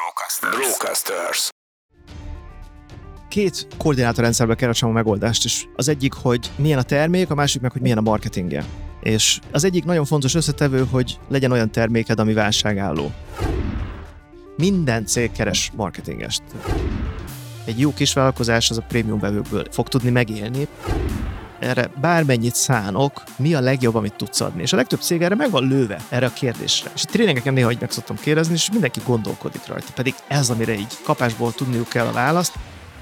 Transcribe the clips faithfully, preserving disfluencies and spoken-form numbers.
Brocasters. Brocasters. Két koordinátorrendszerbe keresem a megoldást, és az egyik, hogy milyen a termék, a másik meg, hogy milyen a marketingje. És az egyik nagyon fontos összetevő, hogy legyen olyan terméked, ami válságálló. Minden cég keres marketingest. Egy jó kisvállalkozás az a prémium vevőkből fog tudni megélni. Erre bármennyit szánok, mi a legjobb, amit tudsz adni. És a legtöbb cég erre meg van lőve, erre a kérdésre. És a tréningeken néha így meg szoktam kérdezni, és mindenki gondolkodik rajta. Pedig ez, amire így kapásból tudniuk kell a választ.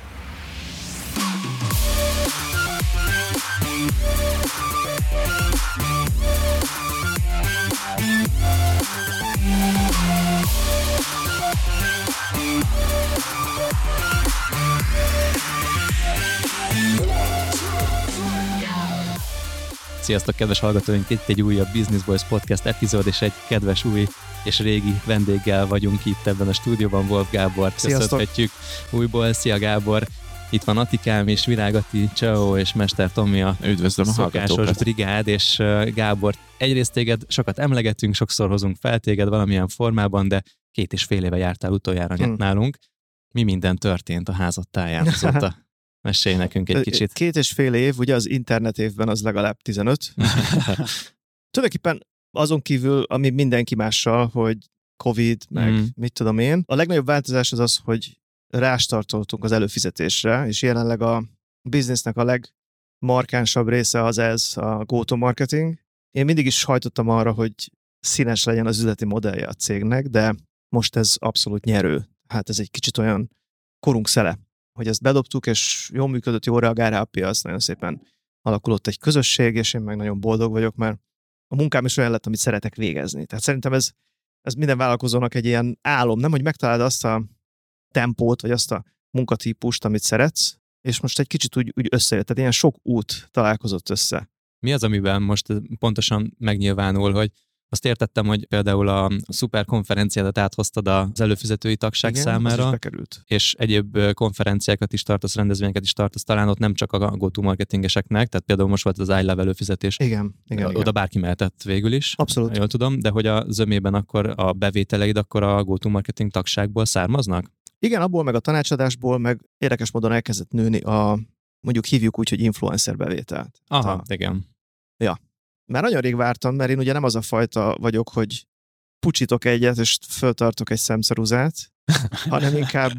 Sziasztok, kedves hallgatóink! Itt egy újabb Business Boys Podcast epizód, és egy kedves új és régi vendéggel vagyunk itt ebben a stúdióban, Wolf Gábor. Köszönhetjük újból. Szia Gábor! Itt van Atikám és Virág Ati, Ciao és Mester Tomi a Üdvözlöm a szokásos brigád, és Gábor, egyrészt téged sokat emlegetünk, sokszor hozunk fel téged valamilyen formában, de két és fél éve jártál utoljára hmm. nálunk. Mi minden történt a házad táján azóta? Mesélj nekünk egy kicsit. Két és fél év, ugye az internet évben az legalább tizenöt. Tulajdonképpen azon kívül, ami mindenki mással, hogy Covid, meg mm. mit tudom én. A legnagyobb változás az az, hogy rástartoltunk az előfizetésre, és jelenleg a businessnek a legmarkánsabb része az ez, a go-to-marketing. Én mindig is hajtottam arra, hogy színes legyen az üzleti modellje a cégnek, de most ez abszolút nyerő. Hát ez egy kicsit olyan korunk szele, hogy ezt bedobtuk, és jól működött, jól reagál rá a piac, nagyon szépen alakulott egy közösség, és én meg nagyon boldog vagyok, mert a munkám is olyan lett, amit szeretek végezni. Tehát szerintem ez, ez minden vállalkozónak egy ilyen álom, nem, hogy megtaláld azt a tempót, vagy azt a munkatípust, amit szeretsz, és most egy kicsit úgy, úgy összejött. Tehát ilyen sok út találkozott össze. Mi az, amiben most pontosan megnyilvánul, hogy azt értettem, hogy például a szuper konferenciádat áthoztad az előfizetői tagság igen, számára, és egyéb konferenciákat is tartasz, rendezvényeket is tartasz, talán ott nem csak a go-to-marketingeseknek, tehát például most volt az iLove előfizetés. Igen, igen, Oda igen. bárki mehetett végül is. Abszolút. Jól tudom, de hogy a zömében akkor a bevételeid akkor a go-to-marketing tagságból származnak? Igen, abból meg a tanácsadásból, meg érdekes módon elkezdett nőni a, mondjuk hívjuk úgy, hogy influencer bevételt. Aha, a, igen. Ja. Már nagyon rég vártam, mert én ugye nem az a fajta vagyok, hogy pucsitok egyet, és föltartok egy szemszeruzát, hanem inkább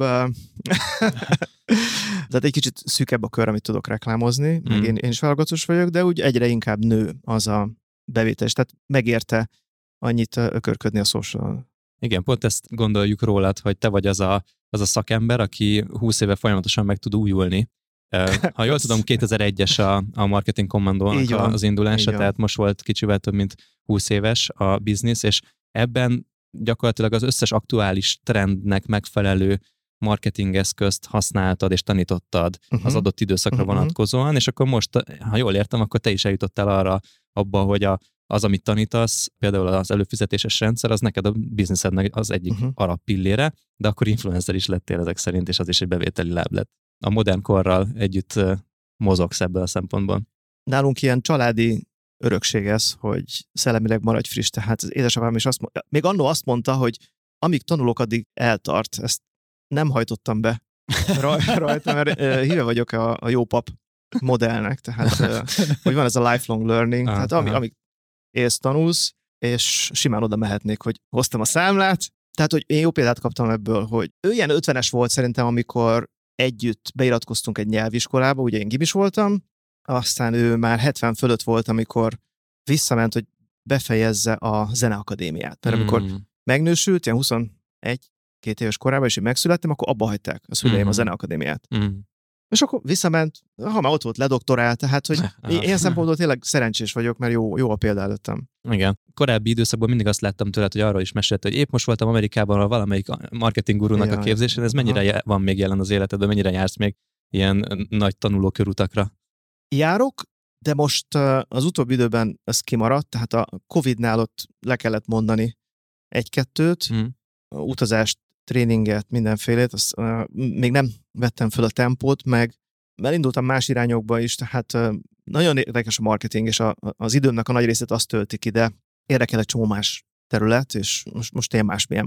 tehát egy kicsit szűkebb a kör, amit tudok reklámozni, mm. meg én, én is vállalkozós vagyok, de úgy egyre inkább nő az a bevétel, és tehát megérte annyit ökörködni a social. Igen, pont ezt gondoljuk rólad, hogy te vagy az a, az a szakember, aki húsz éve folyamatosan meg tud újulni. Ha jól tudom, kétezer-egyes a, a Marketing Commandónak az indulása, tehát most volt kicsivel több mint húsz éves a biznisz, és ebben gyakorlatilag az összes aktuális trendnek megfelelő marketingeszközt használtad és tanítottad uh-huh. az adott időszakra uh-huh. vonatkozóan, és akkor most, ha jól értem, akkor te is eljutottál arra abba, hogy a, az, amit tanítasz, például az előfizetéses rendszer, az neked a bizniszednek az egyik uh-huh. alappillére, de akkor influencer is lettél ezek szerint, és az is egy bevételi láb lett. A modern korral együtt mozogsz ebből a szempontból. Nálunk ilyen családi örökség ez, hogy szellemileg maradj friss, tehát az édesapám is azt mondta, még annó azt mondta, hogy amíg tanulok, addig eltart. Ezt nem hajtottam be rajta, mert híve vagyok a, a jó pap modellnek, tehát hogy van ez a lifelong learning, ah, tehát ami, amíg élsz, tanulsz, és simán oda mehetnék, hogy hoztam a számlát, tehát hogy én jó példát kaptam ebből, hogy ő ilyen ötvenes volt szerintem, amikor együtt beiratkoztunk egy nyelviskolába, ugye én gimis voltam, aztán ő már hetven fölött volt, amikor visszament, hogy befejezze a zeneakadémiát. Mert amikor mm. megnősült, ilyen huszonegy két éves korában, és én megszülettem, akkor abba hagyták a szüleim mm. a zeneakadémiát. Mm. És akkor visszament, ha már ott volt, ledoktorált, tehát, hogy ilyen szempontból tényleg szerencsés vagyok, mert jó, jó a példa előttem. Igen. Korábbi időszakban mindig azt láttam tőled, hogy arról is mesélt, hogy épp most voltam Amerikában a valamelyik marketing gurúnak ja, a képzésen, ez mennyire aha. van még jelen az életedben, mennyire jársz még ilyen nagy tanulókörutakra? Járok, de most az utóbbi időben ez kimaradt, tehát a Covidnál ott le kellett mondani egy-kettőt, hmm. utazást, tréninget, mindenfélét, azt uh, még nem vettem föl a tempót, meg elindultam más irányokba is, tehát uh, nagyon érdekes a marketing, és a, az időmnek a nagy részét azt tölti ki, de érdekel egy csomó más terület, és most, most én másmilyen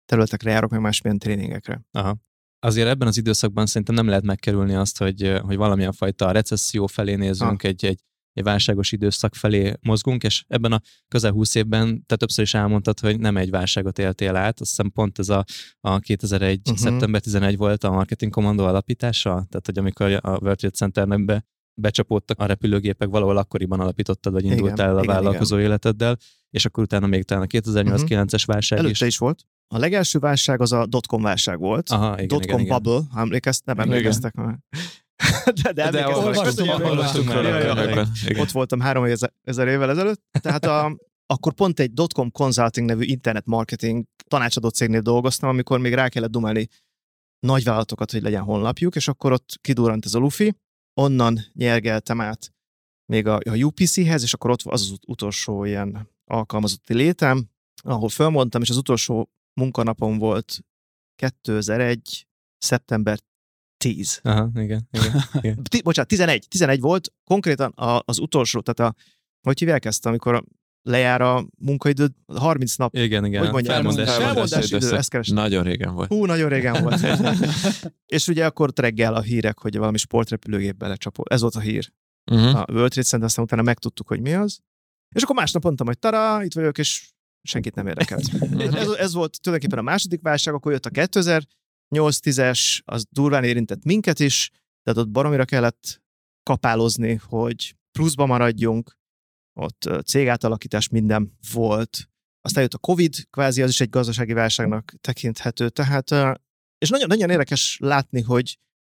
területekre járok, meg másmilyen tréningekre. Aha. Azért ebben az időszakban szerintem nem lehet megkerülni azt, hogy, hogy valamilyen fajta recesszió felé nézünk, egy, egy, egy válságos időszak felé mozgunk, és ebben a közel húsz évben te többször is elmondtad, hogy nem egy válságot éltél át, azt hiszem pont ez a, a kétezer-egy. Uh-huh. szeptember tizenegy volt a Marketing Commando alapítása, tehát hogy amikor a World Trade Centernek be, becsapódtak a repülőgépek, valahol akkoriban alapítottad, vagy indultál el a igen, vállalkozó igen. életeddel, és akkor utána még talán a kétezer-nyolc-kilences uh-huh. válság Előtte is. is volt. A legelső válság az a dotcom válság volt. Aha, igen, dotcom igen, bubble, ha emlékezt, nem emlékeztek már. De, de, de olvastunk róla. Ott voltam három ezer évvel ezelőtt. Tehát a, akkor pont egy dotcom consulting nevű internet marketing tanácsadó cégnél dolgoztam, amikor még rá kellett dumálni nagyvállalatokat, hogy legyen honlapjuk, és akkor ott kidurrant ez a lufi. Onnan nyergeltem át még a, a u pé cé-hez, és akkor ott az az utolsó ilyen alkalmazotti létem, ahol fölmondtam, és az utolsó munkanapom volt kétezer-egy. szeptember tíz. Aha, igen, igen, igen. T- bocsánat, tizenegy. tizenegy volt, konkrétan a, az utolsó, tehát a, hogy hívják ezt, amikor lejár a munkaidőd, harminc nap. Igen, igen. Hogy mondjam, felmondás, felmondás idő, ezt kerestem. Nagyon régen volt. Hú, nagyon régen volt. És ugye akkor reggel a hírek, hogy valami sportrepülőgép belecsapott. Ez volt a hír. Uh-huh. A World Trade Center, aztán utána megtudtuk, hogy mi az. És akkor másnap mondtam, hogy tara, itt vagyok, és senkit nem érdekelt. ez, ez volt tulajdonképpen a második válság, akkor jött a kétezer-nyolc-tízes, az durván érintett minket is, tehát ott baromira kellett kapálozni, hogy pluszba maradjunk, ott cégátalakítás minden volt. Aztán jött a Covid, kvázi az is egy gazdasági válságnak tekinthető, tehát, és nagyon, nagyon érdekes látni, hogy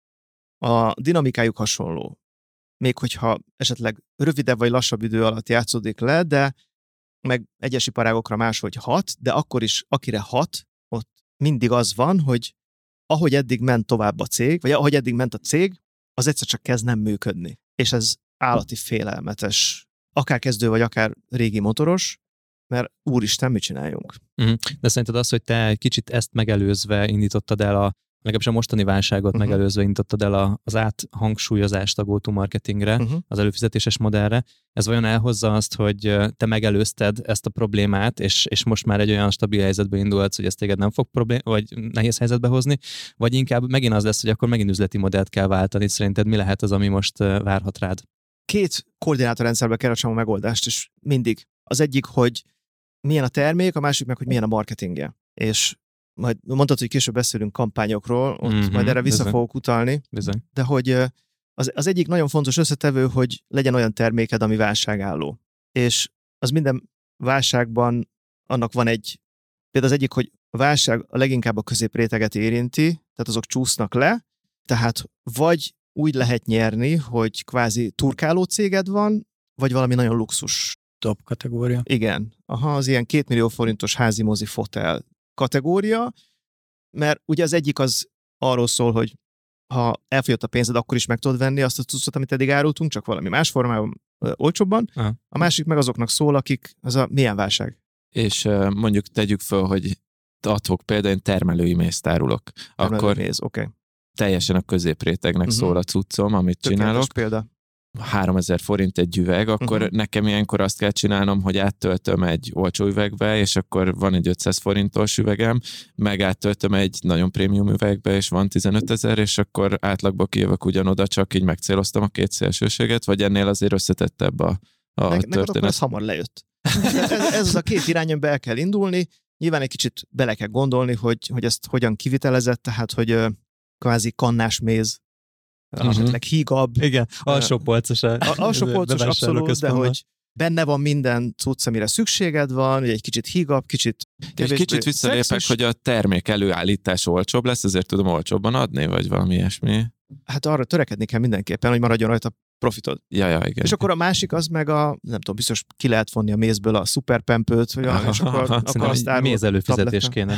a dinamikájuk hasonló. Még hogyha esetleg rövidebb vagy lassabb idő alatt játszódik le, de meg egyes iparágokra máshogy hat, de akkor is akire hat, ott mindig az van, hogy ahogy eddig ment tovább a cég, vagy ahogy eddig ment a cég, az egyszer csak kezd nem működni. És ez állati félelmetes. Akár kezdő, vagy akár régi motoros, mert úristen, mit csináljunk? Uh-huh. De szerinted az, hogy te egy kicsit ezt megelőzve indítottad el a legalábbis a mostani válságot uh-huh. megelőzve indítottad el a, az áthangsúlyozást a go-to-marketingre, uh-huh. az előfizetéses modellre. Ez vajon elhozza azt, hogy te megelőzted ezt a problémát, és, és most már egy olyan stabil helyzetbe indulsz, hogy ez téged nem fog problém, vagy nehéz helyzetbe hozni, vagy inkább megint az lesz, hogy akkor megint üzleti modellt kell váltani. Szerinted mi lehet az, ami most várhat rád? Két koordinátorrendszerbe keresem a megoldást, és mindig. Az egyik, hogy milyen a termék, a másik meg, hogy milyen a marketingje. És majd mondtad, hogy később beszélünk kampányokról, ott mm-hmm, majd erre vissza bizony. fogok utalni, bizony. De hogy az, az egyik nagyon fontos összetevő, hogy legyen olyan terméked, ami válságálló. És az minden válságban annak van egy, például az egyik, hogy a válság a leginkább a középréteget érinti, tehát azok csúsznak le, tehát vagy úgy lehet nyerni, hogy kvázi turkáló céged van, vagy valami nagyon luxus. Top kategória. Igen. Aha, az ilyen két millió forintos házi mozi fotel kategória, mert ugye az egyik az arról szól, hogy ha elfogyott a pénzed, akkor is meg tudod venni azt a cuccot, amit eddig árultunk, csak valami más formában, ö, olcsóbban. Aha. A másik meg azoknak szól, akik, az a milyen válság. És uh, mondjuk tegyük föl, hogy adok például, én termelői mézt árulok. Termelői akkor méz, okay. Teljesen a középrétegnek uh-huh. szól a cuccom, amit Tökéletes csinálok. Példa. háromezer forint egy üveg, akkor uh-huh. nekem ilyenkor azt kell csinálnom, hogy áttöltöm egy olcsó üvegbe, és akkor van egy ötszáz forintos üvegem, meg áttöltöm egy nagyon prémium üvegbe, és van tizenötezer, és akkor átlagba kijövök ugyanoda, csak így megcéloztam a két szélsőséget, vagy ennél azért összetettebb a, a ne, történet. Neked ez hamar lejött. ez, ez az a két irány, amiben el kell indulni, nyilván egy kicsit bele kell gondolni, hogy, hogy ezt hogyan kivitelezett, tehát hogy uh, kvázi kannás méz, uh-huh. esetleg hígabb. Igen, alsópolcos. Alsópolcos, abszolút, de hogy benne van minden cucc, amire szükséged van, hogy egy kicsit hígabb, kicsit... Egy kicsit visszalépek, szexus. Hogy a termék előállítás olcsóbb lesz, ezért tudom olcsóbban adni, vagy valami ilyesmi. Hát arra törekedni kell mindenképpen, hogy maradjon rajta profitod. Ja, ja, igen. És akkor a másik az meg a, nem tudom, biztos ki lehet vonni a mézből a szuperpempőt, vagy valami, és akkor, akkor azt árul. Méz előfizetés kéne.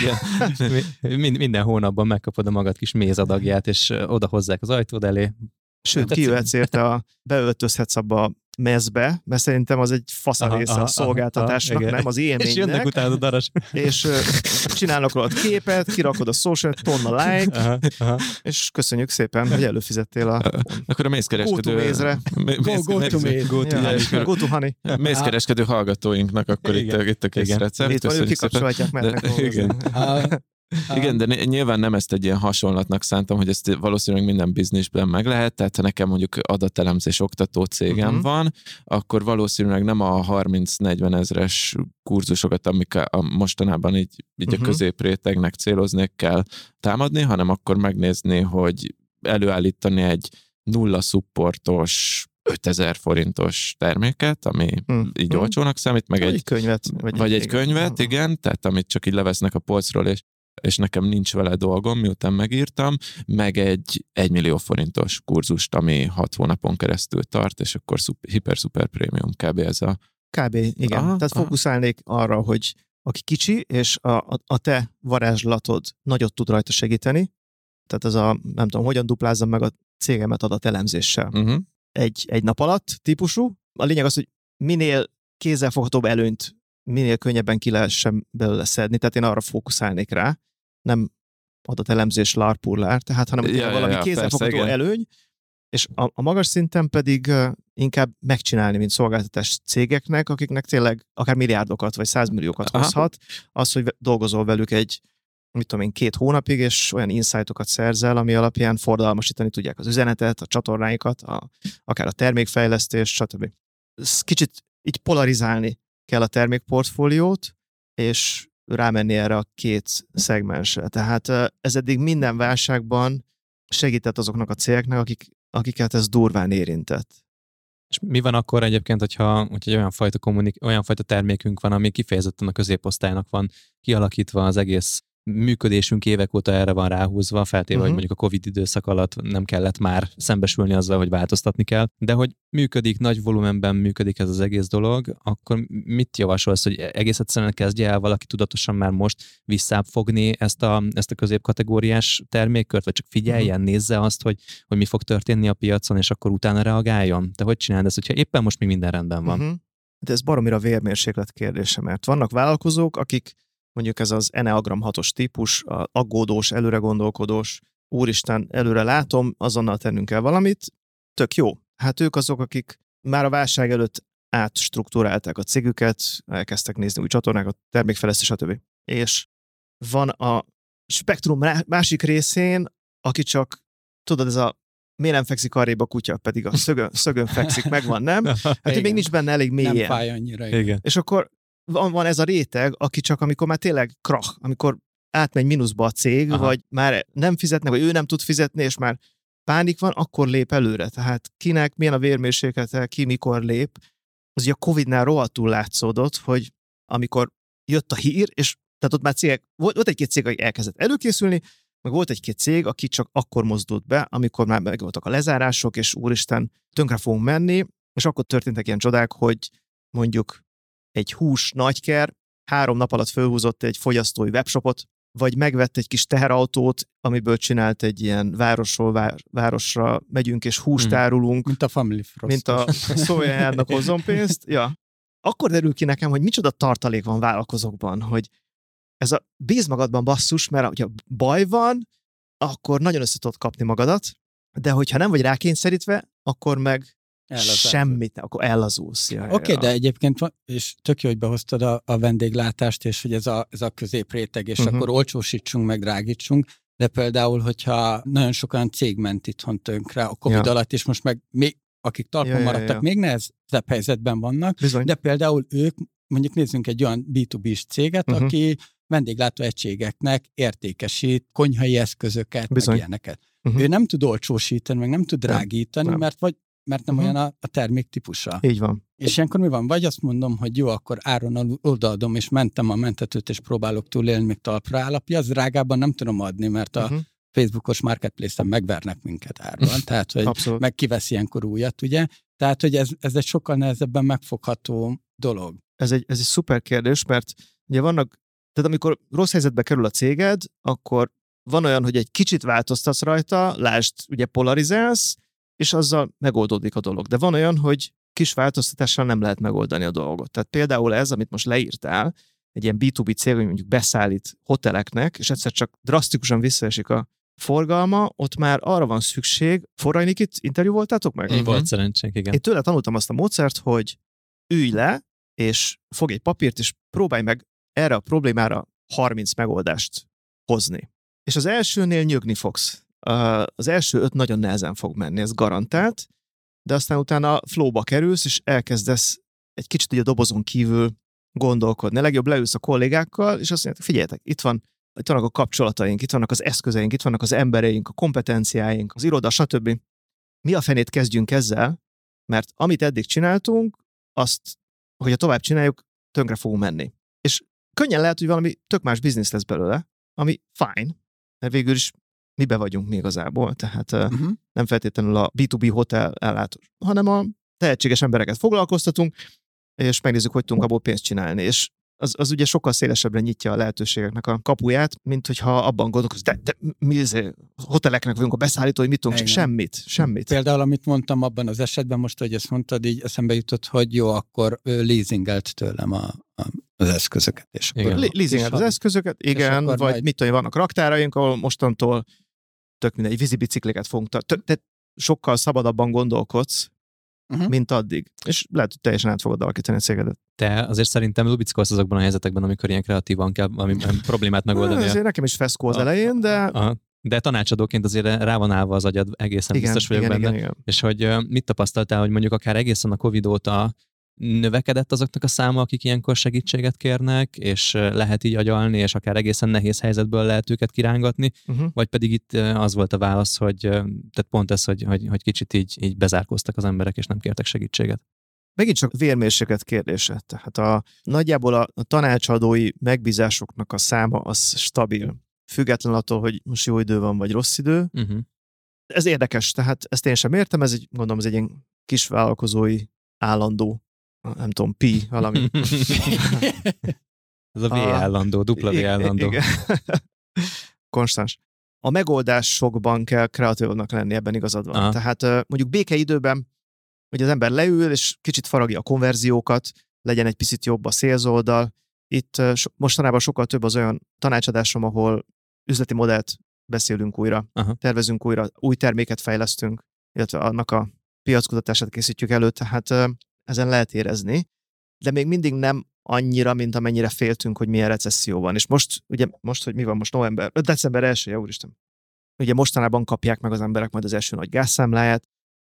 Minden hónapban megkapod a magad kis mézadagját, és oda hozzák az ajtód elé. Sőt, kijöhetsz érte, a, beöltözhetsz abba mezbe, mert szerintem az egy fasz a része a szolgáltatásnak, aha, nem az élménynek. És jönnek utána daras. És uh, csinálnak rólad képet, kirakod a social, tonna like, aha, aha. és köszönjük szépen, hogy előfizettél a akkor a mészkereskedő... Go to honey. Mészkereskedő hallgatóinknak akkor itt, itt a kész recept. Itt van, ők kikapcsolhatják, mernek dolgozni. Igen, de nyilván nem ezt egy ilyen hasonlatnak szántam, hogy ezt valószínűleg minden bizniszben meg lehet, tehát ha nekem mondjuk adatelemzés oktató cégem uh-huh. van, akkor valószínűleg nem a harminc-negyven ezres kurzusokat, amik a mostanában így, így uh-huh. a középrétegnek céloznék kell támadni, hanem akkor megnézni, hogy előállítani egy nulla szupportos ötezer forintos terméket, ami hmm. így hmm. olcsónak számít, meg vagy egy, egy könyvet. Vagy, vagy egy könyvet, igen. igen, tehát amit csak így levesznek a polcról, és, és nekem nincs vele dolgom, miután megírtam, meg egy egymillió forintos kurzust, ami hat hónapon keresztül tart, és akkor szuper, hiper-szuper prémium kb. Ez a... Kb. Igen. Aha, tehát aha. fókuszálnék arra, hogy aki kicsi, és a, a, a te varázslatod nagyot tud rajta segíteni, tehát ez a, nem tudom, hogyan duplázzam meg a cégemet adatelemzéssel. Uh-huh. Egy, egy nap alatt típusú. A lényeg az, hogy minél kézzelfoghatóbb előnyt, minél könnyebben ki lehessen belőle szedni, tehát én arra fókuszálnék rá, nem adatelemzés lárpurlár, tehát hanem ja, valami ja, kézzelfogható persze, előny, és a, a magas szinten pedig uh, inkább megcsinálni, mint szolgáltatás cégeknek, akiknek tényleg akár milliárdokat vagy százmilliókat hozhat, az, hogy dolgozol velük egy mit tudom én, két hónapig, és olyan insightokat szerzel, ami alapján forradalmasítani tudják az üzenetet, a csatornáikat, a, akár a termékfejlesztést, stb. Ez kicsit így polarizálni kell a termékportfóliót, és rámenni erre a két szegmensre. Tehát ez eddig minden válságban segített azoknak a cégeknek, akik, akiket ez durván érintett. És mi van akkor egyébként, hogyha, hogyha olyan, fajta kommunik- olyan fajta termékünk van, ami kifejezetten a középosztálynak van kialakítva, az egész működésünk évek óta erre van ráhúzva, feltéve, uh-huh. hogy mondjuk a Covid időszak alatt nem kellett már szembesülni azzal, hogy változtatni kell, de hogy működik, nagy volumenben működik ez az egész dolog, akkor mit javasolsz, hogy egész egyszerűen kezdje el valaki tudatosan már most visszáfogni ezt a, ezt a középkategóriás termékkört, vagy csak figyeljen, uh-huh. nézze azt, hogy, hogy mi fog történni a piacon, és akkor utána reagáljon? Te hogy csináld ezt, hogyha éppen most még minden rendben van? Uh-huh. De ez baromira vérmérséklet kérdése, mert vannak vállalkozók, akik mondjuk ez az Enneagram hatos típus, a aggódós, előre gondolkodós, úristen, előre látom, azonnal tennünk kell valamit, tök jó. Hát ők azok, akik már a válság előtt átstruktúrálták a cégüket, elkezdtek nézni új csatornákat, termékfejlesztés, stb. És van a spektrum másik részén, aki csak, tudod, ez a miért nem fekszik arrébb a kutya, pedig a szögön, szögön fekszik, megvan, nem? Hát hogy még nincs benne elég mélyen. Nem fáj annyira. Igen. Igen. És akkor Van, van ez a réteg, aki csak amikor már tényleg krach, amikor átmegy mínuszba a cég, aha. vagy már nem fizetnek, vagy ő nem tud fizetni, és már pánik van, akkor lép előre. Tehát kinek, milyen a vérmérséklete, ki mikor lép. Az ugye a Covidnál rohadtul látszódott, hogy amikor jött a hír, és tehát ott már cégek, volt, volt egy-két cég, aki elkezdett előkészülni, meg volt egy-két cég, aki csak akkor mozdult be, amikor már meg voltak a lezárások, és úristen, tönkre fogunk menni, és akkor történtek ilyen csodák, hogy mondjuk egy hús nagyker három nap alatt fölhúzott egy fogyasztói webshopot, vagy megvett egy kis teherautót, amiből csinált egy ilyen városról vár, városra megyünk és húst árulunk. Mint a Family Frost. Mint a szója járnak hozzon pénzt. Ja. Akkor derül ki nekem, hogy micsoda tartalék van vállalkozókban, hogy ez a bíz magadban basszus, mert hogyha baj van, akkor nagyon össze tudod kapni magadat, de hogyha nem vagy rákényszerítve, akkor meg Ellazálsz. Semmit, akkor ellazulsz. Ja, Oké, okay, ja. De egyébként van, és tök jó, hogy behoztad a, a vendéglátást, és hogy ez a, ez a középréteg, és uh-huh. akkor olcsósítsunk, meg drágítsunk, de például, hogyha nagyon sokan cég ment itthon tönkre a Covid ja. alatt, és most meg még, akik talpon ja, maradtak, ja, ja. még nehezebb helyzetben vannak, Bizony. De például ők, mondjuk nézzünk egy olyan bé kettő bé-s céget, uh-huh. aki vendéglátó egységeknek értékesít konyhai eszközöket, Bizony. Meg ilyeneket. Uh-huh. Ő nem tud olcsósítani, meg nem tud drágítani, nem. mert vagy mert nem uh-huh. olyan a, a termék típusa. Így van. És ilyenkor mi van? Vagy azt mondom, hogy jó, akkor áron odaadom, és mentem a mentetőt, és próbálok túlélni, még talpra áll a piac, drágában nem tudom adni, mert a uh-huh. Facebookos marketplace-en megvernek minket árban, tehát, hogy Abszolút. Meg kivesz ilyenkor újat, ugye? Tehát, hogy ez, ez egy sokkal nehezebben megfogható dolog. Ez egy, ez egy szuper kérdés, mert ugye vannak, tehát amikor rossz helyzetbe kerül a céged, akkor van olyan, hogy egy kicsit változtatsz rajta, lásd, ugye polarizálsz, és azzal megoldódik a dolog. De van olyan, hogy kis változtatással nem lehet megoldani a dolgot. Tehát például ez, amit most leírtál, egy ilyen bé kettő bé cég, hogy mondjuk beszállít hoteleknek, és egyszer csak drasztikusan visszaesik a forgalma, ott már arra van szükség. Forrai Nikit interjú voltátok meg? Így volt szerencsénk, igen. Én tőle tanultam azt a módszert, hogy ülj le, és fogj egy papírt, és próbálj meg erre a problémára harminc megoldást hozni. És az elsőnél nyögni fogsz. Az első öt nagyon nehezen fog menni, ez garantált, de aztán utána flowba kerülsz, és elkezdesz egy kicsit ugye a dobozon kívül gondolkodni. Legjobb leülsz a kollégákkal, és azt mondják, figyeljetek, itt van, itt vannak a kapcsolataink, itt vannak az eszközeink, itt vannak az embereink, a kompetenciáink, az iroda, stb. Mi a fenét kezdjünk ezzel, mert amit eddig csináltunk, azt, hogyha tovább csináljuk, tönkre fogunk menni. És könnyen lehet, hogy valami tök más biznisz lesz belőle, ami fine, mert végül is mibe vagyunk mi igazából, tehát uh-huh. nem feltétlenül a bé kettő bé hotel ellátó, hanem a tehetséges embereket foglalkoztatunk, és megnézzük, hogy tudunk abból pénzt csinálni. És az, az ugye sokkal szélesebbre nyitja a lehetőségeknek a kapuját, mint hogyha abban gondolkozunk, de, de mi ez, hoteleknek vagyunk a beszállító, hogy mit tudunk, csak semmit, semmit. Például, amit mondtam abban az esetben, most, hogy ezt mondtad, így eszembe jutott, hogy jó, akkor leasingelt tőlem a, a, az eszközöket. És akkor leasingelt az eszközöket, igen, vagy majd... mit tudom, vannak raktáraink, ahol mostantól tök mindegy, vízibicikliket fogunk, tehát sokkal szabadabban gondolkodsz, uh-huh. mint addig. És lehet, hogy teljesen át fogod alakítani a cégedet. Te azért szerintem lubickolsz azokban a helyzetekben, amikor ilyen kreatívan kell valami problémát megoldani. Azért nekem is feszkó az elején, de... A, de tanácsadóként azért rá van állva az agyad, egészen igen, biztos vagyok igen, benne. Igen, igen. És hogy mit tapasztaltál, hogy mondjuk akár egészen a Covid óta növekedett azoknak a száma, akik ilyenkor segítséget kérnek, és lehet így agyalni, és akár egészen nehéz helyzetből lehet őket kirángatni, uh-huh. vagy pedig itt az volt a válasz, hogy tehát pont ez, hogy, hogy, hogy kicsit így, így bezárkóztak az emberek, és nem kértek segítséget. Megint csak vérmérséklet kérdése. Tehát a, nagyjából a, a tanácsadói megbízásoknak a száma az stabil. Független attól, hogy most jó idő van, vagy rossz idő. Uh-huh. Ez érdekes, tehát ezt én sem értem, ez egy, gondolom, ez egy ilyen kis vállalkozói állandó, nem tudom, pi, valami. Ez a V állandó, dupla V állandó. Igen. Konstans. A megoldásokban kell kreatívnak lenni, ebben igazad van. Aha. Tehát mondjuk békeidőben, hogy az ember leül, és kicsit faragja a konverziókat, legyen egy picit jobb a sales oldal. Itt mostanában sokkal több az olyan tanácsadásom, ahol üzleti modellt beszélünk újra, aha. tervezünk újra, új terméket fejlesztünk, illetve annak a piackutatását készítjük elő, tehát ezen lehet érezni, de még mindig nem annyira, mint amennyire féltünk, hogy milyen recesszió van. És most, ugye most, hogy mi van most november, december elsője, úristen. Ugye mostanában kapják meg az emberek majd az első nagy gázszámláját,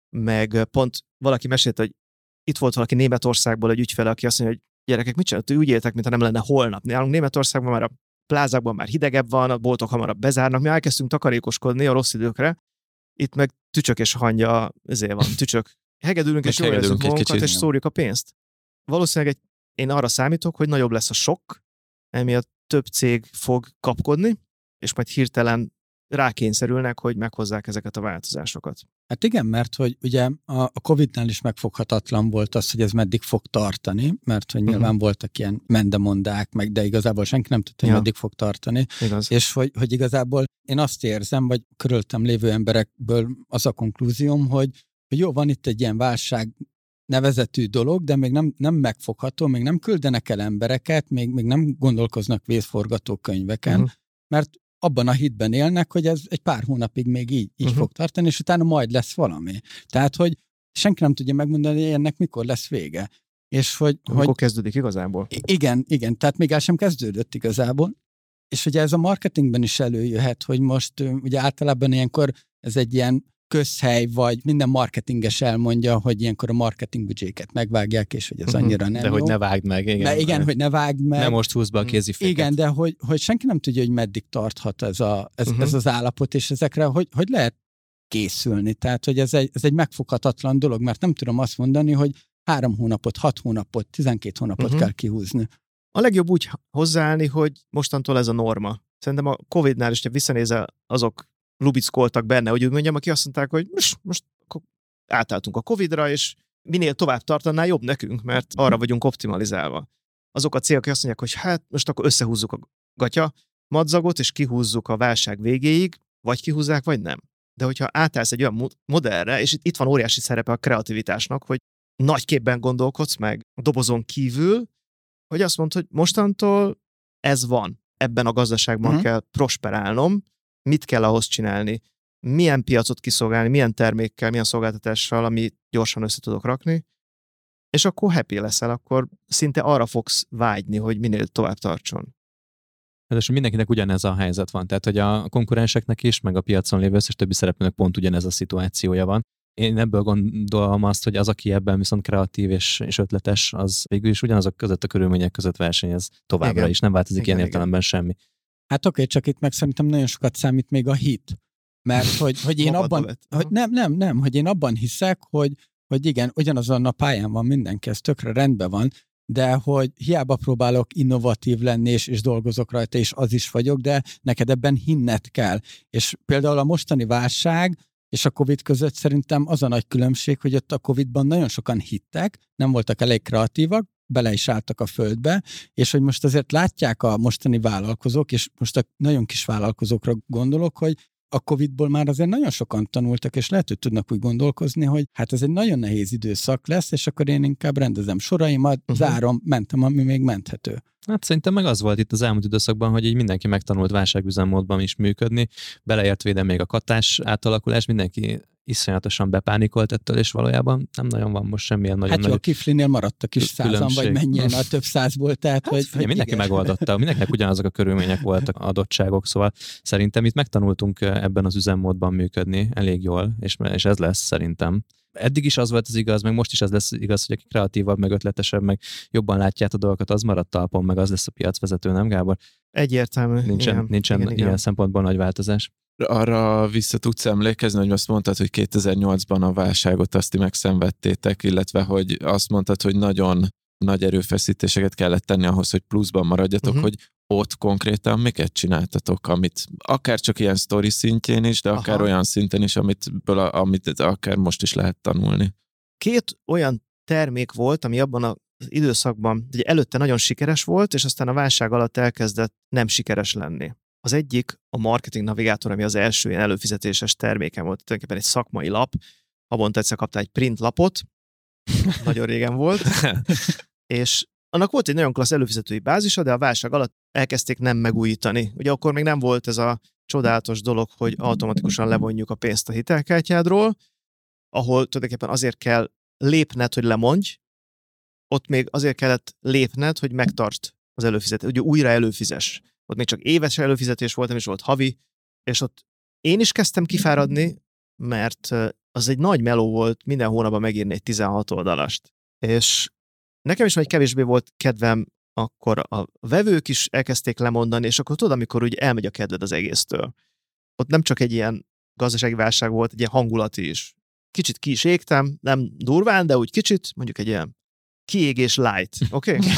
meg pont valaki mesélte, hogy itt volt valaki Németországból egy ügyfele, aki azt mondja, hogy gyerekek, mit csináltok? Úgy éltek, mintha nem lenne holnap. Nálunk Németországban már a plázákban már hidegebb van, a boltok hamarabb bezárnak, mi elkezdtünk takarékoskodni a rossz időkre, itt meg tücsök és hangya, ezért van, tücsök. Hegedülünk és jól érezzük magunkat, és szórjuk a pénzt. Valószínűleg egy, én arra számítok, hogy nagyobb lesz a sok, emiatt több cég fog kapkodni, és majd hirtelen rákényszerülnek, hogy meghozzák ezeket a változásokat. Hát igen, mert hogy ugye a Covidnál is megfoghatatlan volt az, hogy ez meddig fog tartani, mert hogy nyilván uh-huh. voltak ilyen mendemondák, meg, de igazából senki nem tudta, hogy ja. meddig fog tartani. Igaz. És hogy, hogy igazából én azt érzem, vagy körülöttem lévő emberekből az a konklúzióm, hogy, hogy jó, van itt egy ilyen válság nevezetű dolog, de még nem, nem megfogható, még nem küldenek el embereket, még, még nem gondolkoznak vészforgatókönyveken, uh-huh. mert abban a hitben élnek, hogy ez egy pár hónapig még így, így uh-huh. fog tartani, és utána majd lesz valami. Tehát, hogy senki nem tudja megmondani, hogy ennek mikor lesz vége. És hogy... Amikor hogy, kezdődik igazából. Igen, igen, tehát még el sem kezdődött igazából. És ugye ez a marketingben is előjöhet, hogy most ugye általában ilyenkor ez egy ilyen közhely, vagy minden marketinges elmondja, hogy ilyenkor a marketing büdzséket megvágják, és hogy ez uh-huh. annyira nem De jó. hogy ne vágd meg. Igen, de igen, hogy ne vágd meg. Nem most húzd be a kéziféket. Igen, de hogy, hogy senki nem tudja, hogy meddig tarthat ez, a, ez, uh-huh. ez az állapot, és ezekre hogy, hogy lehet készülni. Tehát, hogy ez egy, ez egy megfoghatatlan dolog, mert nem tudom azt mondani, hogy három hónapot, hat hónapot, tizenkét hónapot uh-huh. kell kihúzni. A legjobb úgy hozzáállni, hogy mostantól ez a norma. Szerintem a Covidnál is, ha visszanézel, azok lubickoltak benne, hogy úgy mondjam, aki azt mondták, hogy most, most átálltunk a Covidra, és minél tovább tartanál, jobb nekünk, mert arra vagyunk optimalizálva. Azok a célok, azt mondják, hogy hát most akkor összehúzzuk a gatya madzagot, és kihúzzuk a válság végéig, vagy kihúzzák, vagy nem. De hogyha átállsz egy olyan modellre, és itt van óriási szerepe a kreativitásnak, hogy nagy képben gondolkodsz meg, a dobozon kívül, hogy azt mondod, hogy mostantól ez van. Ebben a gazdaságban uh-huh. kell prosperálnom, mit kell ahhoz csinálni, milyen piacot kiszolgálni, milyen termékkel, milyen szolgáltatással, amit gyorsan össze tudok rakni, és akkor happy leszel, akkor szinte arra fogsz vágyni, hogy minél tovább tartson. És mindenkinek ugyanez a helyzet van, tehát hogy a konkurenseknek is, meg a piacon lévő összes többi szereplőnek pont ugyanez a szituációja van. Én ebből gondolom azt, hogy az, aki ebben viszont kreatív és, és ötletes, az végül is ugyanazok között a körülmények között versenyez továbbra igen. is, nem változik igen, ilyen értelemben semmi. Hát oké, csak itt meg szerintem nagyon sokat számít még a hit. Mert hogy, hogy én abban, hogy nem, nem, nem, hogy én abban hiszek, hogy, hogy igen, ugyanazon a pályán van mindenki, ez tökre rendben van, de hogy hiába próbálok innovatív lenni, és, és dolgozok rajta, és az is vagyok, de neked ebben hinned kell. És például a mostani válság és a Covid között szerintem az a nagy különbség, hogy ott a Covidban nagyon sokan hittek, nem voltak elég kreatívak, bele is álltak a földbe, és hogy most azért látják a mostani vállalkozók, és most a nagyon kis vállalkozókra gondolok, hogy a Covidból már azért nagyon sokan tanultak, és lehet, hogy tudnak úgy gondolkozni, hogy hát ez egy nagyon nehéz időszak lesz, és akkor én inkább rendezem soraimat, uh-huh. zárom, mentem, ami még menthető. Hát szerintem meg az volt itt az elmúlt időszakban, hogy így mindenki megtanult válságüzemmódban is működni, beleért védem még a katás átalakulás, mindenki iszonyatosan bepánikolt ettől, és valójában nem nagyon van most semmilyen nagyon hát nagy... Hát jó, a Kiflinél maradtak is százan, vagy mennyien a több százból, tehát hát, hogy... hogy mindenki igen. megoldotta, mindenkinek ugyanazok a körülmények voltak, adottságok, szóval szerintem itt megtanultunk ebben az üzemmódban működni elég jól, és, és ez lesz szerintem. Eddig is az volt az igaz, meg most is az lesz igaz, hogy aki kreatívabb, meg ötletesebb, meg jobban látja a dolgokat, az maradt talpon, meg az lesz a piacvezető, nem Gábor? Egyértelmű. Nincsen, igen, nincsen igen, ilyen igen. szempontból nagy változás. Arra vissza tudsz emlékezni, hogy azt mondtad, hogy kétezer-nyolcban a válságot azt ti megszenvedtétek, illetve hogy azt mondtad, hogy nagyon nagy erőfeszítéseket kellett tenni ahhoz, hogy pluszban maradjatok, uh-huh. hogy ott konkrétan miket csináltatok, amit akár csak ilyen sztori szintjén is, de akár Aha. olyan szinten is, amit, amit akár most is lehet tanulni. Két olyan termék volt, ami abban az időszakban, ugye előtte nagyon sikeres volt, és aztán a válság alatt elkezdett nem sikeres lenni. Az egyik a marketing navigátor, ami az első ilyen előfizetéses termékem volt, tulajdonképpen egy szakmai lap, havonta egyszer kaptál egy print lapot, nagyon régen volt, és annak volt egy nagyon klassz előfizetői bázisa, de a válság alatt elkezdték nem megújítani. Ugye akkor még nem volt ez a csodálatos dolog, hogy automatikusan levonjuk a pénzt a hitelkártyádról, ahol tulajdonképpen azért kell lépned, hogy lemondj, ott még azért kellett lépned, hogy megtartsd az előfizetést, hogy újra előfizes. Ott még csak éves előfizetés volt, nem is volt havi, és ott én is kezdtem kifáradni, mert az egy nagy meló volt minden hónapban megírni egy tizenhat oldalast. És nekem is majd kevésbé volt kedvem, akkor a vevők is elkezdték lemondani, és akkor tudod, amikor úgy elmegy a kedved az egésztől. Ott nem csak egy ilyen gazdasági válság volt, egy ilyen hangulati is. Kicsit ki is égtem, nem durván, de úgy kicsit, mondjuk egy ilyen kiégés light, oké? Okay?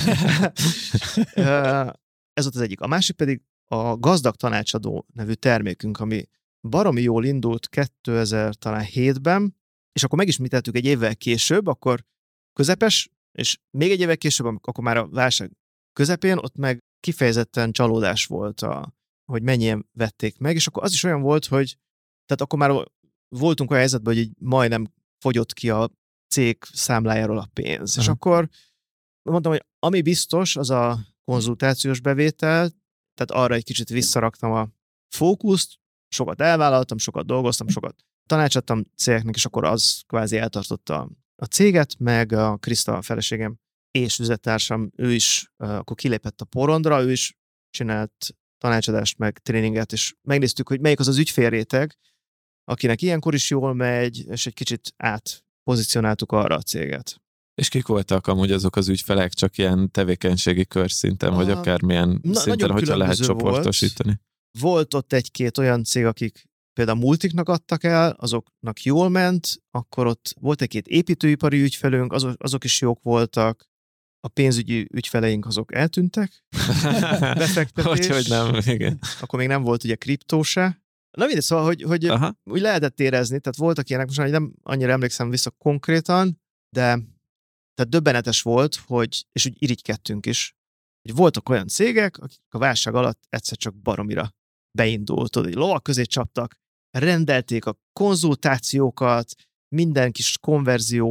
Ez volt az egyik. A másik pedig a Gazdag Tanácsadó nevű termékünk, ami baromi jól indult kétezer-hétben, és akkor megismételtük egy évvel később, akkor közepes, és még egy évvel később, akkor már a válság közepén, ott meg kifejezetten csalódás volt, a, hogy mennyien vették meg, és akkor az is olyan volt, hogy tehát akkor már voltunk olyan helyzetben, hogy így majdnem fogyott ki a cég számlájáról a pénz. Aha. És akkor mondtam, hogy ami biztos, az a konzultációs bevétel, tehát arra egy kicsit visszaraktam a fókuszt, sokat elvállaltam, sokat dolgoztam, sokat tanácsadtam cégeknek, és akkor az kvázi eltartotta a céget, meg a Kriszta feleségem és üzlettársam, ő is uh, akkor kilépett a porondra, ő is csinált tanácsadást, meg tréninget, és megnéztük, hogy melyik az az ügyfélréteg, akinek ilyenkor is jól megy, és egy kicsit átpozícionáltuk arra a céget. És kik voltak amúgy azok az ügyfelek, csak ilyen tevékenységi körszinten, a... vagy akármilyen na, szinten, hogyha lehet csoportosítani? Volt. volt ott egy-két olyan cég, akik például multiknak adtak el, azoknak jól ment, akkor ott volt egy-két építőipari ügyfelünk, azok, azok is jók voltak, a pénzügyi ügyfeleink azok eltűntek, befektetés. Hogy nem, igen. Akkor még nem volt ugye kriptó se. Na mindegy, szóval, hogy, hogy úgy lehetett érezni, tehát voltak ilyenek, most nem annyira emlékszem vissza konkrétan, de tehát döbbenetes volt, hogy, és úgy irigykedtünk is, hogy voltak olyan cégek, akik a válság alatt egyszer csak baromira beindult, hogy lovak közé csaptak, rendelték a konzultációkat, minden kis konverzió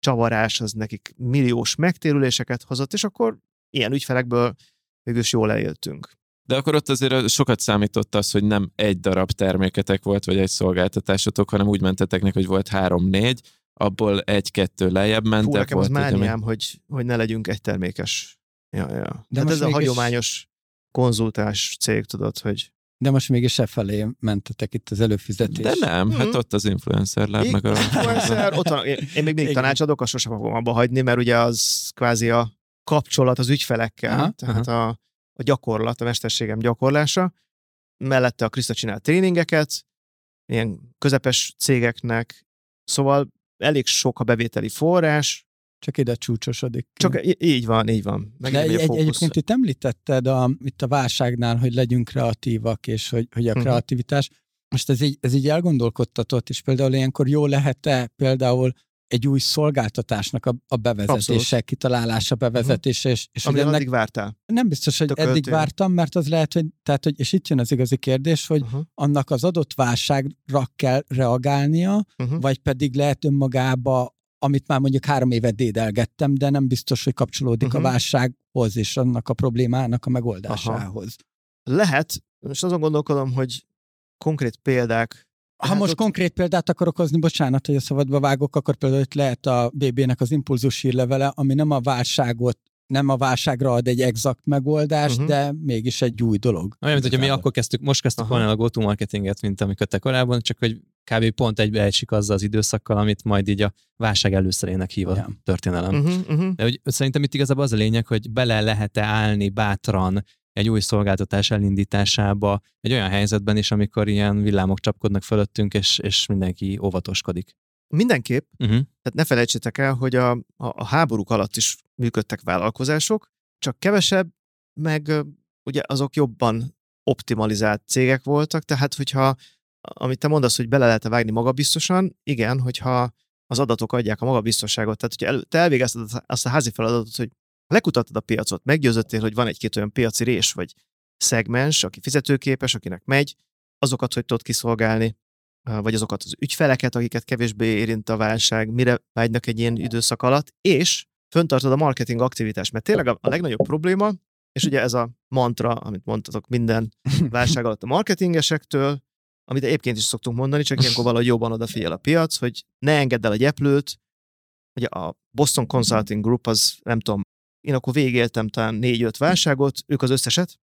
csavarás az nekik milliós megtérüléseket hozott, és akkor ilyen ügyfelekből végülis jól eléltünk. De akkor ott azért sokat számított az, hogy nem egy darab terméketek volt, vagy egy szolgáltatásotok, hanem úgy mentetek neki, hogy volt három-négy, abból egy-kettő lejjebb mentek. Fú, nekem volt, az mániám, hogy, hogy ne legyünk egy termékes. Ja, ja. De hát ez a hagyományos konzultás cég, tudod, hogy... De most mégis e felé mentetek itt az előfizetés. De nem, mm-hmm. hát ott az influencer lát meg a... Influencer, ott van, én, én még mindig tanácsadok, azt sosem fogom abba hagyni, mert ugye az kvázi a kapcsolat az ügyfelekkel, aha, tehát aha. A, a gyakorlat, a mesterségem gyakorlása. Mellette a Kriszta csinál tréningeket, ilyen közepes cégeknek, szóval elég sok a bevételi forrás. Csak ide csúcsosodik. Csak így van, így van. Meg De egy, egyébként itt említetted a, itt a válságnál, hogy legyünk kreatívak, és hogy, hogy a kreativitás. Most ez így, ez így elgondolkodtatott, és például ilyenkor jó lehet-e például egy új szolgáltatásnak a, a bevezetése, Abszolút. kitalálása, bevezetése. És, és Amire addig vártál? Nem biztos, hogy eddig költő. vártam, mert az lehet, hogy, tehát, hogy, és itt jön az igazi kérdés, hogy uh-huh. annak az adott válságra kell reagálnia, uh-huh. vagy pedig lehet önmagába, amit már mondjuk három évet dédelgettem, de nem biztos, hogy kapcsolódik uh-huh. a válsághoz és annak a problémának a megoldásához. Aha. Lehet, most azon gondolkodom, hogy konkrét példák. Ha hát most ott... konkrét példát akarok hozni, bocsánat, hogy a szabadba vágok, akkor például itt lehet a bé bének az impulzus hírlevele, ami nem a válságot, nem a válságra ad egy exakt megoldást, uh-huh. de mégis egy új dolog. Olyan, mint hogyha mi akkor kezdtük, most kezdtük Aha. volna a go-to-marketinget, mint amikor te korábban, csak hogy kb. Pont egybeesik azzal az időszakkal, amit majd így a válság előszerének hív a ja. történelem. Uh-huh, uh-huh. De hogy szerintem itt igazából az a lényeg, hogy bele lehet-e állni bátran egy új szolgáltatás elindításába, egy olyan helyzetben is, amikor ilyen villámok csapkodnak fölöttünk, és, és mindenki óvatoskodik. Mindenképp. Uh-huh. Tehát ne felejtsétek el, hogy a, a, a háborúk alatt is működtek vállalkozások, csak kevesebb, meg ugye azok jobban optimalizált cégek voltak, tehát hogyha, amit te mondasz, hogy bele lehet-e vágni magabiztosan, igen, hogyha az adatok adják a magabiztosságot, tehát hogyha el, te elvégezted azt a házi feladatot, hogy lekutattad a piacot, meggyőzöttél, hogy van egy-két olyan piaci rés, vagy szegmens, aki fizetőképes, akinek megy, azokat, hogy tudod kiszolgálni, vagy azokat az ügyfeleket, akiket kevésbé érint a válság, mire vágynak egy ilyen időszak alatt, és föntartod a marketing aktivitást, mert tényleg a, a legnagyobb probléma, és ugye ez a mantra, amit mondtatok minden válság alatt a marketingesektől, amit egyébként is szoktunk mondani, csak ilyenkor valahogy jobban odafigyel a piac, hogy ne engedd el a gyeplőt. Ugye a Boston Consulting Group, az nem tudom, én akkor végigéltem talán négy-öt válságot, ők az összeset,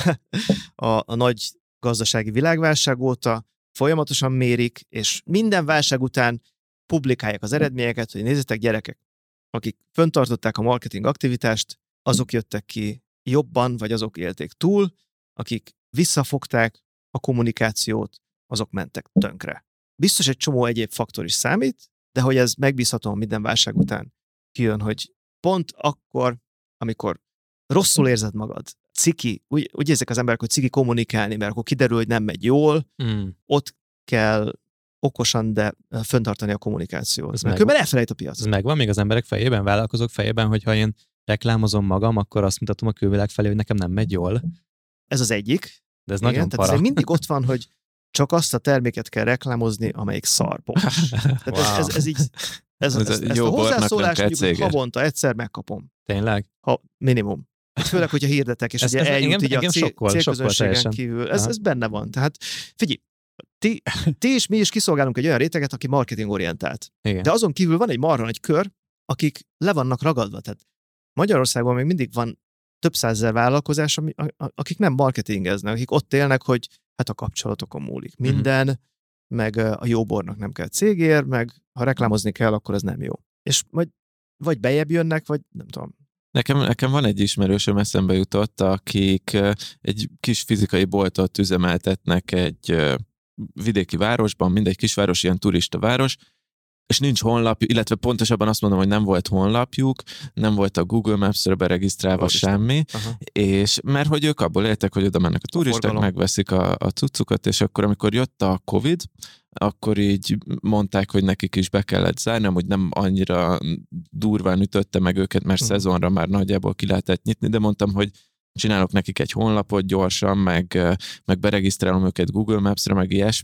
a, a nagy gazdasági világválság óta folyamatosan mérik, és minden válság után publikálják az eredményeket, hogy nézzétek, gyerekek, akik föntartották a marketing aktivitást, azok jöttek ki jobban, vagy azok élték túl, akik visszafogták a kommunikációt, azok mentek tönkre. Biztos egy csomó egyéb faktor is számít, de hogy ez megbízhatóan minden válság után kijön, hogy pont akkor, amikor rosszul érzed magad, ciki, úgy, úgy érzik az emberek, hogy ciki kommunikálni, mert akkor kiderül, hogy nem megy jól, mm. ott kell okosan, de fenntartani a kommunikációt. Mert különben elfelejt a piac. Ez megvan még az emberek fejében, vállalkozók fejében, hogyha én reklámozom magam, akkor azt mutatom a külvilág felé, hogy nekem nem megy jól. Ez az egyik. De ez igen, nagyon para. Tehát ez mindig ott van, hogy csak azt a terméket kell reklámozni, amelyik szarpos. Tehát wow. ez, ez, ez így, ez, ez, ez, ezt a hozzászólást mondjuk havonta egyszer megkapom. Tényleg? Ha minimum. Főleg, hogyha hirdetek, és ez, ugye ez eljut engem, így engem a cél, sokkol, célközönségen sokkol kívül. Ez, ez benne van. Tehát figyelj, ti, ti és mi is kiszolgálunk egy olyan réteget, aki marketingorientált. Igen. De azon kívül van egy marha nagy kör, akik le vannak ragadva. Tehát Magyarországon még mindig van több százezer vállalkozás, akik nem marketingeznek, akik ott élnek, hogy hát a kapcsolatokon múlik minden, mm-hmm. meg a jó bornak nem kell cégér, meg ha reklámozni kell, akkor ez nem jó. És majd vagy bejebb jönnek, vagy nem tudom. Nekem, nekem van egy ismerősöm, eszembe jutott, akik egy kis fizikai boltot üzemeltetnek egy vidéki városban, mindegy kisváros, ilyen turista város, és nincs honlapjuk, illetve pontosabban azt mondom, hogy nem volt honlapjuk, nem volt a Google Maps-re beregisztrálva semmi, Aha. és mert hogy ők abból éltek, hogy oda mennek a turisták, a megveszik a, a cuccukat, és akkor, amikor jött a Covid, akkor így mondták, hogy nekik is be kellett zárni, hogy nem annyira durván ütötte meg őket, mert uh-huh. szezonra már nagyjából ki lehetett nyitni, de mondtam, hogy csinálok nekik egy honlapot gyorsan, meg, meg beregisztrálom őket Google Maps-re, meg ilyesmi,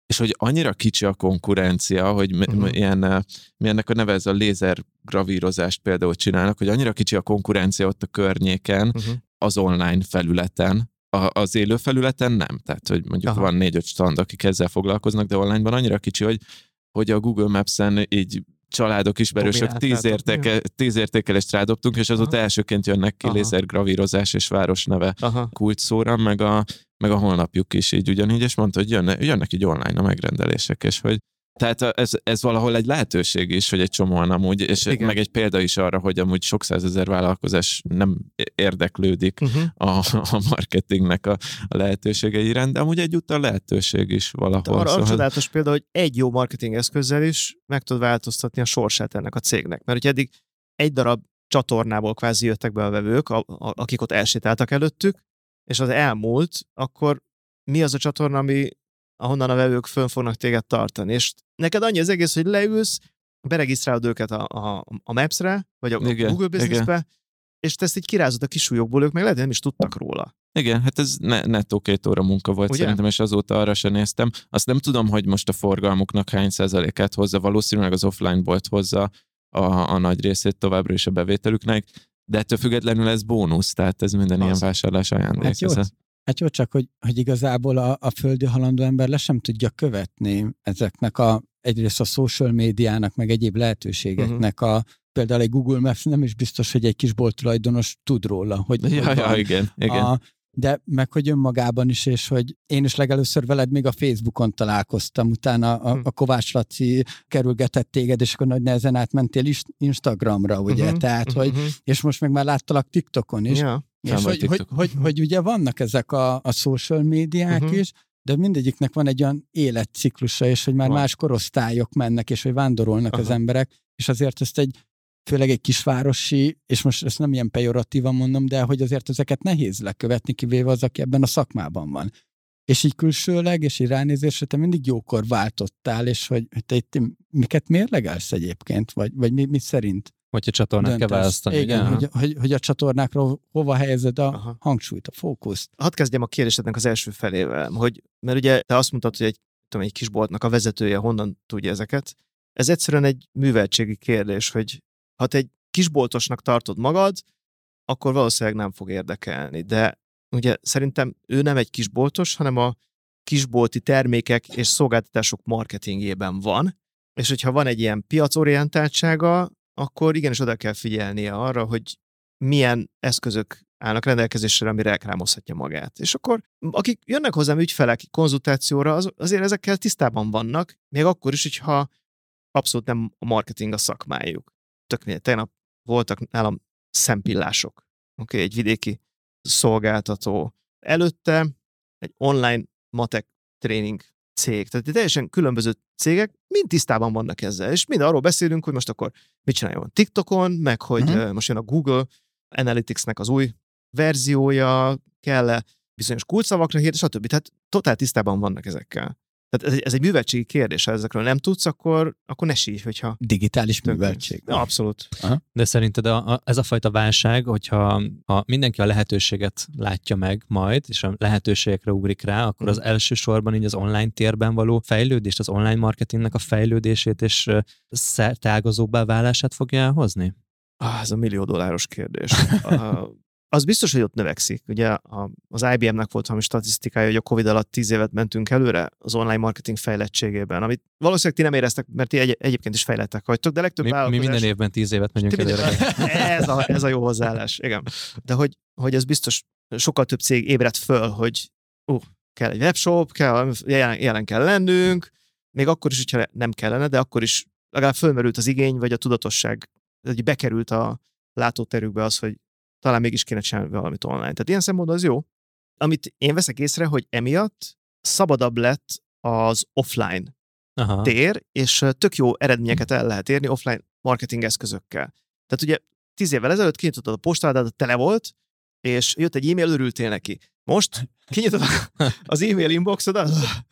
és hogy annyira kicsi a konkurencia, hogy uh-huh. ilyen, mi ennek a neve, ez a lézer gravírozást például csinálnak, hogy annyira kicsi a konkurencia ott a környéken, uh-huh. az online felületen, a, az élő felületen nem. Tehát, hogy mondjuk Aha. van négy-öt stand, akik ezzel foglalkoznak, de onlineban annyira kicsi, hogy, hogy a Google Maps-en így családok, ismerősök tíz, értéke, tíz értékelést rádobtunk, és azóta elsőként jönnek ki lézergravírozás és városneve kulcsszóra, meg a, meg a honlapjuk is így ugyanígy, és mondta, hogy jönne, jönnek így online a megrendelések, és hogy tehát ez, ez valahol egy lehetőség is, hogy egy csomóan amúgy, és Igen. meg egy példa is arra, hogy amúgy sok százezer vállalkozás nem érdeklődik uh-huh. a, a marketingnek a, a lehetőségei iránt, de amúgy egyúttal lehetőség is valahol. Arra szóval... csodálatos példa, hogy egy jó marketing eszközzel is meg tud változtatni a sorsát ennek a cégnek. Mert hogy eddig egy darab csatornából kvázi jöttek be a vevők, a, a, akik ott elsétáltak előttük, és az elmúlt, akkor mi az a csatorna, ami ahonnan a vevők fönn fognak téged tartani. És neked annyi az egész, hogy leülsz, beregisztrálod őket a, a, a Maps-re, vagy a igen, Google Business-be, és te ezt így kirázod a kisúlyokból, ők meg lehet, hogy nem is tudtak róla. Igen, hát ez ne, nettó két óra munka volt Ugye? Szerintem, és azóta arra sem néztem. Azt nem tudom, hogy most a forgalmuknak hány százalékát hozza, valószínűleg az offline bolt hozza a, a nagy részét továbbra is a bevételüknek, de ettől függetlenül ez bónusz, tehát ez minden az. Ilyen vásárlás ajándék. Hát jó, hát jó, csak hogy, hogy igazából a, a földi halandó ember le sem tudja követni ezeknek a, egyrészt a social médiának, meg egyéb lehetőségeknek uh-huh. a, például egy Google Maps nem is biztos, hogy egy kisbolt tulajdonos tud róla, hogy, ja, hogy ja, igen, igen. A, de meg, hogy önmagában is, és hogy én is legelőször veled még a Facebookon találkoztam, utána a, a Kovács Laci kerülgetett téged, és akkor nagy nehezen átmentél Instagramra, ugye, uh-huh, tehát, uh-huh. hogy, és most meg már láttalak TikTokon is, ja, és hogy, TikTok. hogy, hogy, hogy ugye vannak ezek a, a social médiák uh-huh. is, de mindegyiknek van egy olyan életciklusa, és hogy már van. Más korosztályok mennek, és hogy vándorolnak uh-huh. az emberek, és azért ezt egy főleg egy kisvárosi, és most ezt nem ilyen pejoratívan mondom, de hogy azért ezeket nehéz lekövetni, kivéve az, aki ebben a szakmában van. És így külsőleg, és így ránézésre te mindig jókor váltottál, és hogy, hogy te itt miket mérlegelsz egyébként, vagy, vagy mi, mi szerint? Vagy a csatornát kell választani. Igen, hogy, hogy, hogy a csatornákról hova helyezed a Aha. hangsúlyt, a fókuszt. Hadd kezdjem a kérdésednek az első felével, hogy, mert ugye te azt mondtad, hogy egy, tudom, egy kisboltnak a vezetője honnan tudja ezeket. Ez egyszerűen egy műveltségi kérdés, hogy ha te egy kisboltosnak tartod magad, akkor valószínűleg nem fog érdekelni. De ugye szerintem ő nem egy kisboltos, hanem a kisbolti termékek és szolgáltatások marketingjében van, és hogyha van egy ilyen piacorientáltsága, akkor igenis oda kell figyelnie arra, hogy milyen eszközök állnak rendelkezésre, ami reklámozhatja magát. És akkor akik jönnek hozzám ügyfelek konzultációra, az, azért ezekkel tisztában vannak, még akkor is, hogyha abszolút nem a marketing a szakmájuk. Tök mindegy, tegnap voltak nálam szempillások. Oké, okay, egy vidéki szolgáltató. Előtte egy online matek tréning cég. Tehát teljesen különböző cégek mind tisztában vannak ezzel. És mind arról beszélünk, hogy most akkor mit csináljon TikTokon, meg hogy uh-huh. most jön a Google Analytics-nek az új verziója, kell-e bizonyos kulcsszavakra hírt, stb. Tehát totál tisztában vannak ezekkel. Tehát ez, ez egy műveltségi kérdés, ha ezekről nem tudsz, akkor, akkor ne síj, hogyha... Digitális műveltség. Ja, abszolút. Aha. De szerinted a, a, ez a fajta válság, hogyha ha mindenki a lehetőséget látja meg majd, és a lehetőségekre ugrik rá, akkor az elsősorban így az online térben való fejlődést, az online marketingnek a fejlődését és szerteágazóbbá válását fogja elhozni? Ah, ez a millió dolláros kérdés. uh, Az biztos, hogy ott növekszik. Ugye a, az I B M-nek volt valami statisztikája, hogy a Covid alatt tíz évet mentünk előre az online marketing fejlettségében, amit valószínűleg ti nem éreztek, mert ti egy, egyébként is fejlettek vagytok, de legtöbb mi, vállalkozás... Mi minden évben tíz évet megyünk előre. ez, a, ez a jó hozzáállás, igen. De hogy, hogy ez biztos sokkal több cég ébredt föl, hogy uh, kell egy webshop, kell, jelen, jelen kell lennünk, még akkor is, hogyha nem kellene, de akkor is legalább fölmerült az igény, vagy a tudatosság, hogy bekerült a látóterükbe az, hogy talán mégis kéne csinálni valamit online. Tehát ilyen szempontból az jó. Amit én veszek észre, hogy emiatt szabadabb lett az offline Aha. tér, és tök jó eredményeket el lehet érni offline marketing eszközökkel. Tehát ugye tíz évvel ezelőtt kinyitottad a postádat, tele volt, és jött egy e-mail, örültél neki. Most kinyitod az e-mail inboxodat,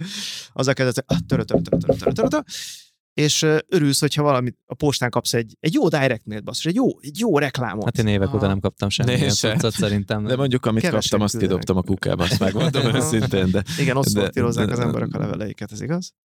azzal kezdett, törö, törö, törö, törö, törö, törö, törö, és örülsz, hogyha valamit a postán kapsz egy, egy jó direct mailt, basszus, egy jó, egy jó reklámot. Hát én évek óta nem kaptam semmilyen cuccot szerintem. De mondjuk, amit Kevesen kaptam, azt kidobtam a kukába, azt megmondom őszintén. De, igen, ott szortírozzák az emberek a leveleiket, ez igaz?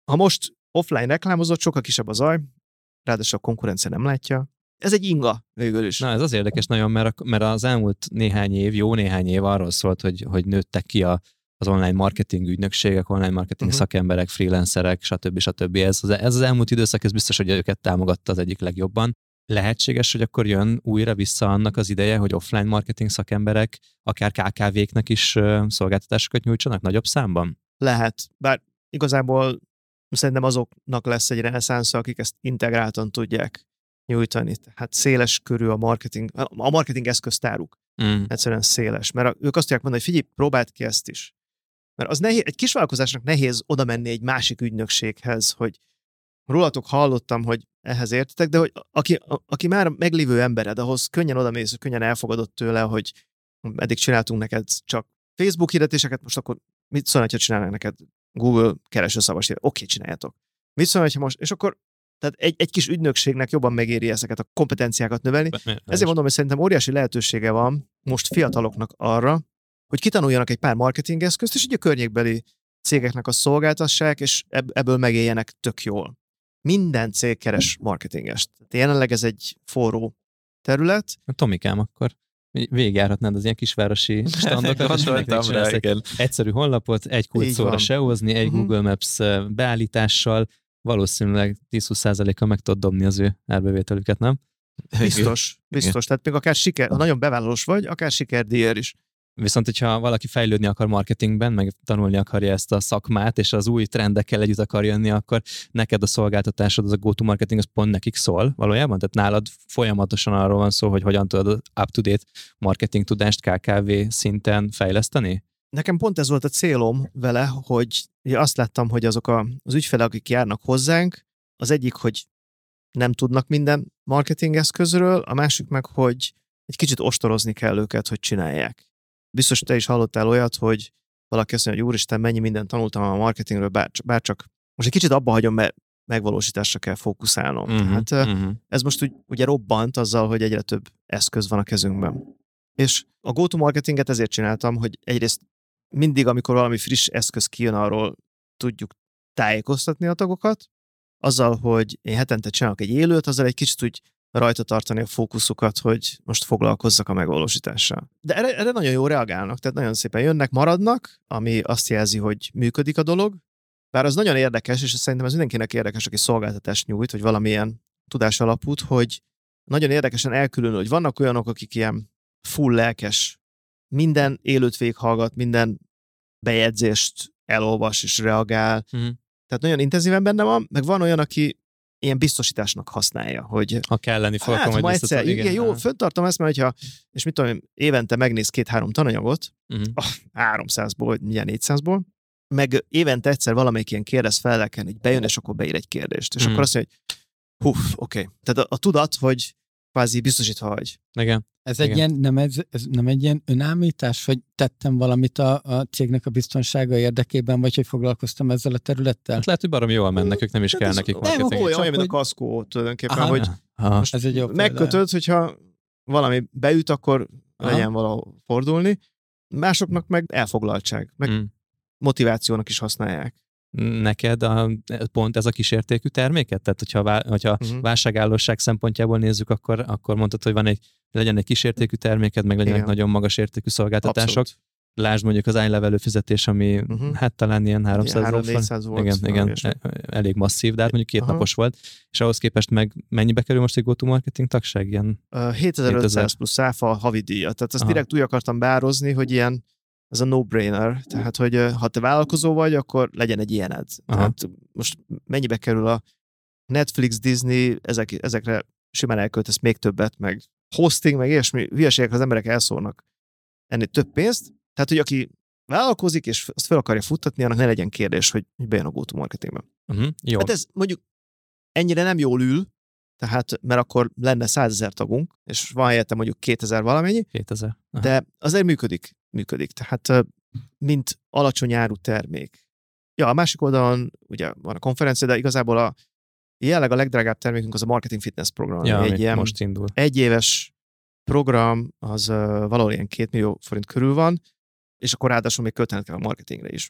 Ha most offline reklámozott, sokkal kisebb a zaj, ráadásul a konkurencia nem látja. Ez egy inga végül is. Na, ez az érdekes nagyon, mert, mert az elmúlt néhány év, jó néhány év arról szólt, hogy, hogy nőttek ki a, az online marketing ügynökségek, online marketing uh-huh. szakemberek, freelancerek, stb. stb. Ez, ez az elmúlt időszak, ez biztos, hogy őket támogatta az egyik legjobban. Lehetséges, hogy akkor jön újra vissza annak az ideje, hogy offline marketing szakemberek, akár ká ká véknek is szolgáltatásokat nyújtsanak nagyobb számban? Lehet, bár igazából szerintem azoknak lesz egy reneszánsza, akik ezt integráltan tudják nyújtani. Tehát széles körű a marketing, a marketing eszköztáruk. Mm. Egyszerűen széles. Mert ők azt tudják mondani, hogy figyelj, próbáld ki ezt is. Mert az nehéz, egy kis vállalkozásnak nehéz oda menni egy másik ügynökséghez, hogy rólatok hallottam, hogy ehhez értetek, de hogy aki, a, aki már meglévő embered, ahhoz könnyen odamész, könnyen elfogadott tőle, hogy eddig csináltunk neked csak Facebook hirdetéseket, most akkor mit szólna, ha csinálnak neked Google keresőszavas hirdetéseket? Oké, csináljátok. Mit szólna, ha most, és akkor tehát egy, egy kis ügynökségnek jobban megéri ezeket a kompetenciákat növelni. Ezért mondom, hogy szerintem óriási lehetősége van most fiataloknak arra, hogy kitanuljanak egy pár marketingeszközt, és így a környékbeli cégeknek a szolgáltassák, és ebből megéljenek tök jól. Minden cég keres marketingest. Jelenleg ez egy forró terület. Tomikám, akkor végigjárhatnád az ilyen kisvárosi standokat, és mindenkinek csinálsz egy egyszerű honlapot, egy kulcsszóra seózni, egy uh-huh. Google Maps beállítással, valószínűleg tíz-húsz százalékkal meg tudod dobni az ő árbevételüket, nem? Biztos, biztos. Igen. Tehát még akár siker, ha nagyon bevállalós vagy, akár sikerdíjér is. Viszont, hogyha valaki fejlődni akar marketingben, meg tanulni akarja ezt a szakmát, és az új trendekkel együtt akar jönni, akkor neked a szolgáltatásod, az a go-to-marketing, az pont nekik szól valójában? Tehát nálad folyamatosan arról van szó, hogy hogyan tudod up-to-date marketing tudást ká ká vé szinten fejleszteni? Nekem pont ez volt a célom vele, hogy azt láttam, hogy azok a, az ügyfelek, akik járnak hozzánk, az egyik, hogy nem tudnak minden marketing eszközről, a másik meg, hogy egy kicsit ostorozni kell őket, hogy csinálják. Biztos, te is hallottál olyat, hogy valaki azt mondja, hogy úristen, mennyi mindent tanultam a marketingről, bár, bár csak most egy kicsit abba hagyom, mert megvalósításra kell fókuszálnom. Uh-huh, Tehát uh-huh. ez most úgy, ugye robbant azzal, hogy egyre több eszköz van a kezünkben. És a go-to-marketinget ezért csináltam, hogy egyrészt mindig, amikor valami friss eszköz kijön, arról tudjuk tájékoztatni a tagokat, azzal, hogy én hetente csinálok egy élőt, azzal egy kicsit úgy rajta tartani a fókuszukat, hogy most foglalkozzak a megvalósítással. De erre, erre nagyon jól reagálnak, tehát nagyon szépen jönnek, maradnak, ami azt jelzi, hogy működik a dolog. Bár az nagyon érdekes, és szerintem ez mindenkinek érdekes, aki szolgáltatást nyújt, vagy valamilyen tudás alapút, hogy nagyon érdekesen elkülönül, hogy vannak olyanok, akik ilyen full lelkes, minden élőt végighallgat, minden bejegyzést elolvas és reagál. Mm. Tehát nagyon intenzíven benne van, meg van olyan, aki ilyen biztosításnak használja, hogy ha kelleni fog, hát, majd egyszer, igen, igen, jó, föntartom ezt, mert hogyha, és mit tudom, évente megnéz két-három tananyagot, uh-huh. oh, háromszázból, milyen négyszázból, meg évente egyszer valamelyik ilyen kérdez felelken, így bejön, és akkor beír egy kérdést. És uh-huh. akkor azt mondja, hogy huf, oké. Okay. Tehát a, a tudat, hogy kvázi biztosítva vagy. Igen. Ez Igen. egy ilyen, nem, ez, ez nem egy ilyen önállítás, hogy tettem valamit a, a cégnek a biztonsága érdekében, vagy hogy foglalkoztam ezzel a területtel? Hát lehet, hogy baromi jól mennek, ők nem is kell nekik marketing. Nem, olyan, olyan, mint a kaszkó tulajdonképpen, aha, hogy aha. Most ez egy jó megkötöd, hogyha valami beüt, akkor aha. legyen valahol fordulni. Másoknak meg elfoglaltság, meg mm. motivációnak is használják. Neked a, pont ez a kísértékű terméket? Tehát, hogyha, vá, hogyha uh-huh. válságállóság szempontjából nézzük, akkor, akkor mondtad, hogy van egy, legyen egy kísértékű terméked, meg legyenek igen. nagyon magas értékű szolgáltatások. Abszolút. Lásd mondjuk az iLevel fizetés, ami uh-huh. hát talán ilyen háromszáz volt. Igen, igen elég masszív, de hát mondjuk két uh-huh. napos volt. És ahhoz képest meg mennyibe kerül most egy go-to-marketing tagság? Ilyen uh, hétezer-ötszáz plusz áfa havidíja. Tehát ezt aha. direkt úgy akartam beározni, hogy ilyen ez a no-brainer, tehát, hogy ha te vállalkozó vagy, akkor legyen egy ilyened. Tehát most mennyibe kerül a Netflix, Disney, ezek, ezekre simán elköltesz még többet, meg hosting, meg ilyesmi hülyeségekre az emberek elszólnak ennél több pénzt. Tehát, hogy aki vállalkozik, és azt fel akarja futtatni, annak ne legyen kérdés, hogy bejön a go-to-marketingbe. Uh-huh, jó. Hát ez mondjuk ennyire nem jól ül, tehát, mert akkor lenne százezer tagunk, és van helyette mondjuk kétezer valamennyi, kétezer. Aha. De azért működik. működik. Tehát, mint alacsony áru termék. Ja, a másik oldalon ugye van a konferencia, de igazából a jelenleg a legdrágább termékünk az a Marketing Fitness program. Ja, egy ilyen most indul. Egy éves program, az uh, valahol ilyen két millió forint körül van, és akkor ráadásul még költened kell a marketingre is.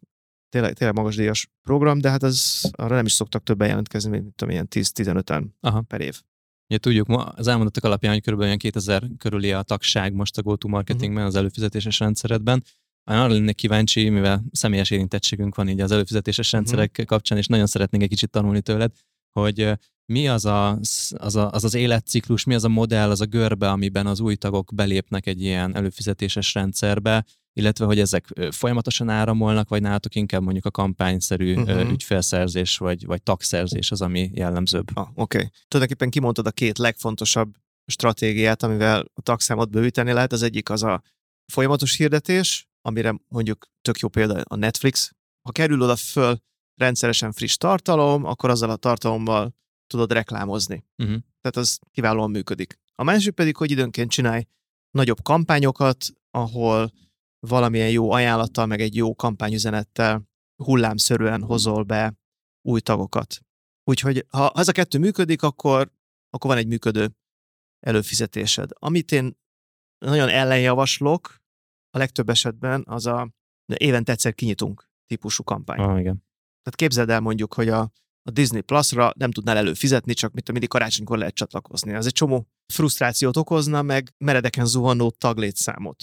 tényleg, tényleg magas díjas program, de hát ez, arra nem is szoktak többen jelentkezni, mint tudom, ilyen tíz-tizenöten Aha. per év. Ugye tudjuk, az elmondottak alapján, hogy körülbelül kétezer körüli a tagság most a go-to-marketingben, uh-huh. az előfizetéses rendszeredben. Arra lennék kíváncsi, mivel személyes érintettségünk van így az előfizetéses rendszerek uh-huh. kapcsán, és nagyon szeretnénk egy kicsit tanulni tőled, hogy mi az, a, az, a, az az életciklus, mi az a modell, az a görbe, amiben az új tagok belépnek egy ilyen előfizetéses rendszerbe, illetve hogy ezek folyamatosan áramolnak, vagy nálatok inkább mondjuk a kampányszerű uh-huh. ügyfélszerzés, vagy, vagy tagszerzés az, ami jellemzőbb. Ah, Oké. Okay. Tulajdonképpen kimondtad a két legfontosabb stratégiát, amivel a tagszámot bővíteni lehet. Az egyik az a folyamatos hirdetés, amire mondjuk tök jó példa a Netflix. Ha kerül oda föl rendszeresen friss tartalom, akkor azzal a tartalommal tudod reklámozni. Uh-huh. Tehát az kiválóan működik. A másik pedig, hogy időnként csinálj nagyobb kampányokat, ahol valamilyen jó ajánlattal, meg egy jó kampányüzenettel hullámszerűen hozol be új tagokat. Úgyhogy ha ez a kettő működik, akkor, akkor van egy működő előfizetésed. Amit én nagyon ellenjavaslok, a legtöbb esetben az a évente egyszer kinyitunk típusú kampány. Ah, igen. Tehát képzeld el mondjuk, hogy a, a Disney Plus-ra nem tudnál előfizetni, csak mit mindig karácsonykor lehet csatlakozni. Ez egy csomó frusztrációt okozna, meg meredeken zuhanó taglétszámot.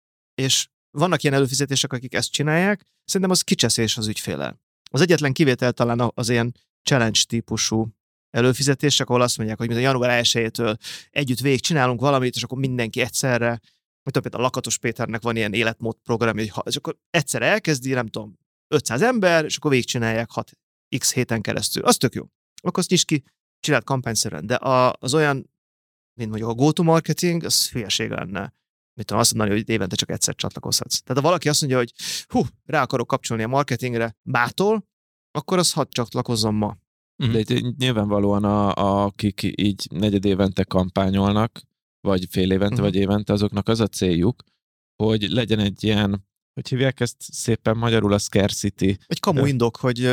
És vannak ilyen előfizetések, akik ezt csinálják, szerintem az kicseszés az ügyféllel. Az egyetlen kivétel talán az ilyen challenge típusú előfizetések, ahol azt mondják, hogy mint a január elsejétől együtt végig csinálunk valamit, és akkor mindenki egyszerre, mint például a Lakatos Péternek van ilyen életmód programja, és akkor egyszer elkezdi, nem tudom, ötszáz ember, és akkor végig csinálják hat x héten keresztül. Az tök jó. Akkor azt nyisd ki, csináld kampányszerűen. De a, az olyan, mint mondjuk a go-to-marketing, az hülyeség lenne. Mit tudom, azt mondani, hogy évente csak egyszer csatlakozhatsz. Tehát ha valaki azt mondja, hogy hú, rá akarok kapcsolni a marketingre mától, akkor az hadd csatlakozzon ma. De itt nyilvánvalóan a, a, akik így negyed évente kampányolnak, vagy fél évente, uh-huh. vagy évente, azoknak az a céljuk, hogy legyen egy ilyen, hogy hívják ezt szépen magyarul, a scarcity. Egy kamu indok, hogy...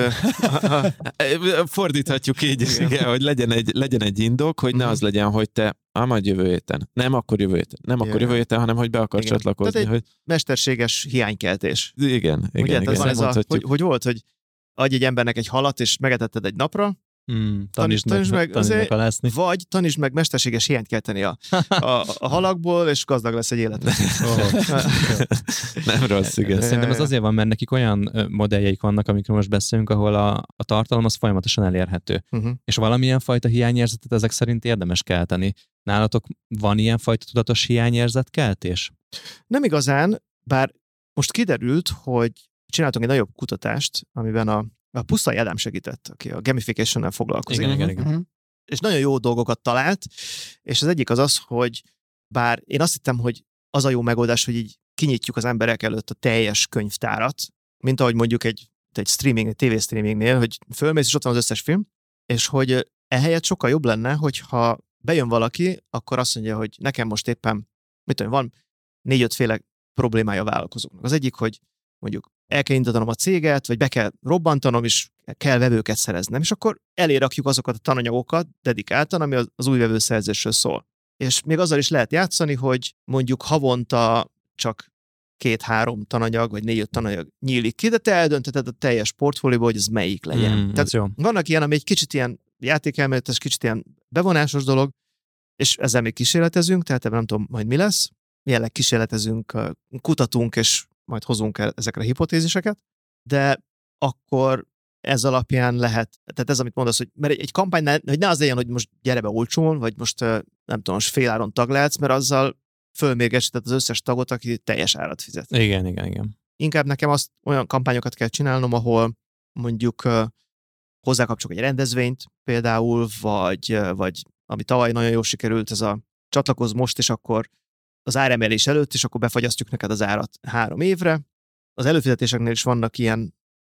Fordíthatjuk így is, igen, hogy legyen egy, legyen egy indok, hogy uh-huh. ne az legyen, hogy te ah, majd jövő héten. Nem akkor jövő héten. Nem igen. akkor jövő héten, hanem hogy be akarsz igen. csatlakozni. Tehát egy hogy... mesterséges hiánykeltés. Igen, igen. Ugye, igen, igen. Ez a, hogy, hogy volt, hogy adj egy embernek egy halat, és megetetted egy napra, Hmm, tanítsd, tanítsd meg, meg, meg azért, vagy tanítsd meg mesterséges hiányt kelteni a, a, a halakból, és gazdag lesz egy életben. Oh. Nem rossz, igen. Szerintem ez azért van, mert nekik olyan modelljeik vannak, amikről most beszélünk, ahol a, a tartalom az folyamatosan elérhető. Uh-huh. És valamilyen fajta hiányérzetet ezek szerint érdemes kelteni. Nálatok van ilyen fajta tudatos hiányérzetkeltés? Nem igazán, bár most kiderült, hogy csináltunk egy nagyobb kutatást, amiben a A Pusztai Ádám segített, aki a gamification-nel foglalkozik. Igen, igen, igen. Uh-huh. És nagyon jó dolgokat talált, és az egyik az az, hogy bár én azt hittem, hogy az a jó megoldás, hogy így kinyitjuk az emberek előtt a teljes könyvtárat, mint ahogy mondjuk egy, egy streaming, egy tévéstreamingnél, hogy fölmész, és ott van az összes film, és hogy ehelyett sokkal jobb lenne, hogyha bejön valaki, akkor azt mondja, hogy nekem most éppen, mit tudom, van négy-öt féle problémája a vállalkozóknak. Az egyik, hogy mondjuk el kell indítanom a céget, vagy be kell robbantanom, és kell vevőket szereznem, és akkor elé rakjuk azokat a tananyagokat dedikáltan, ami az új vevőszerzésről szól. És még azzal is lehet játszani, hogy mondjuk havonta csak két-három tananyag, vagy négy-öt tananyag nyílik ki, de te eldöntheted a teljes portfólióból, hogy ez melyik legyen. Mm, Tehát jó. Vannak ilyen, ami egy kicsit ilyen játékelméletes, kicsit ilyen bevonásos dolog, és ezzel még kísérletezünk, tehát ebben nem tudom majd mi lesz. Jelenleg kísérletezünk, kutatunk, és majd hozunk el ezekre a hipotéziseket, de akkor ez alapján lehet, tehát ez, amit mondasz, hogy mert egy, egy kampány, ne, hogy ne az legyen, hogy most gyere be olcsón, vagy most nem tudom, most féláron tag lehetsz, mert azzal fölmérgesíted az összes tagot, aki teljes árat fizet. Igen, igen, igen. Inkább nekem azt olyan kampányokat kell csinálnom, ahol mondjuk uh, hozzákapcsolok egy rendezvényt például, vagy, uh, vagy ami tavaly nagyon jól sikerült, ez a csatlakozz most, és akkor az áremelés előtt, és akkor befagyasztjuk neked az árat három évre. Az előfizetéseknél is vannak ilyen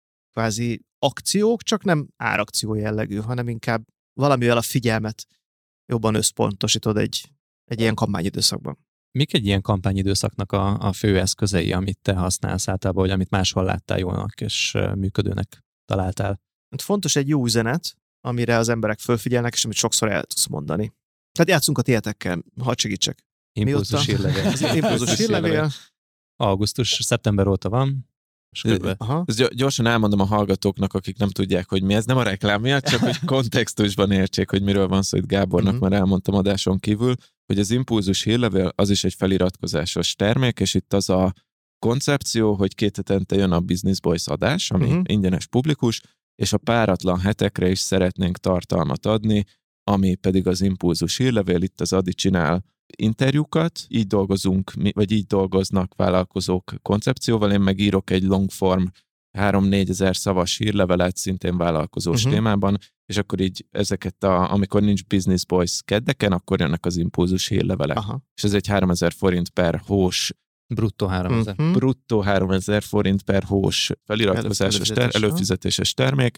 kvázi akciók, csak nem árakció jellegű, hanem inkább valamivel a figyelmet jobban összpontosítod egy, egy ilyen kampányidőszakban. Mik egy ilyen kampányidőszaknak a, a fő eszközei, amit te használsz általában, vagy amit máshol láttál jónak és működőnek találtál? Fontos egy jó üzenet, amire az emberek fölfigyelnek, és amit sokszor el tudsz mondani. Tehát játszunk a tietekkel, hadd segítsek. Impulzus hírlevél. Impulzus hírlevél. Augusztus, szeptember óta van. Ez gyorsan elmondom a hallgatóknak, akik nem tudják, hogy mi ez. Nem a reklám miatt, csak hogy kontextusban értsék, hogy miről van szó itt Gábornak, uh-huh. már elmondtam adáson kívül, hogy az Impulzus hírlevél az is egy feliratkozásos termék, és itt az a koncepció, hogy két hetente jön a Business Boys adás, ami uh-huh. ingyenes publikus, és a páratlan hetekre is szeretnénk tartalmat adni, ami pedig az Impulzus hírlevél. Itt az Adi csinál interjúkat, így dolgozunk, vagy így dolgoznak vállalkozók koncepcióval, én meg írok egy longform három-négy ezer szavas hírlevelet, szintén vállalkozós uh-huh. témában, és akkor így ezeket, a, amikor nincs Business Boys keddeken, akkor jönnek az Impulzus hírlevelek. Aha. És ez egy háromezer forint per hós, bruttó háromezer. Uh-huh. Bruttó háromezer forint per hós feliratkozásos ter, előfizetéses termék,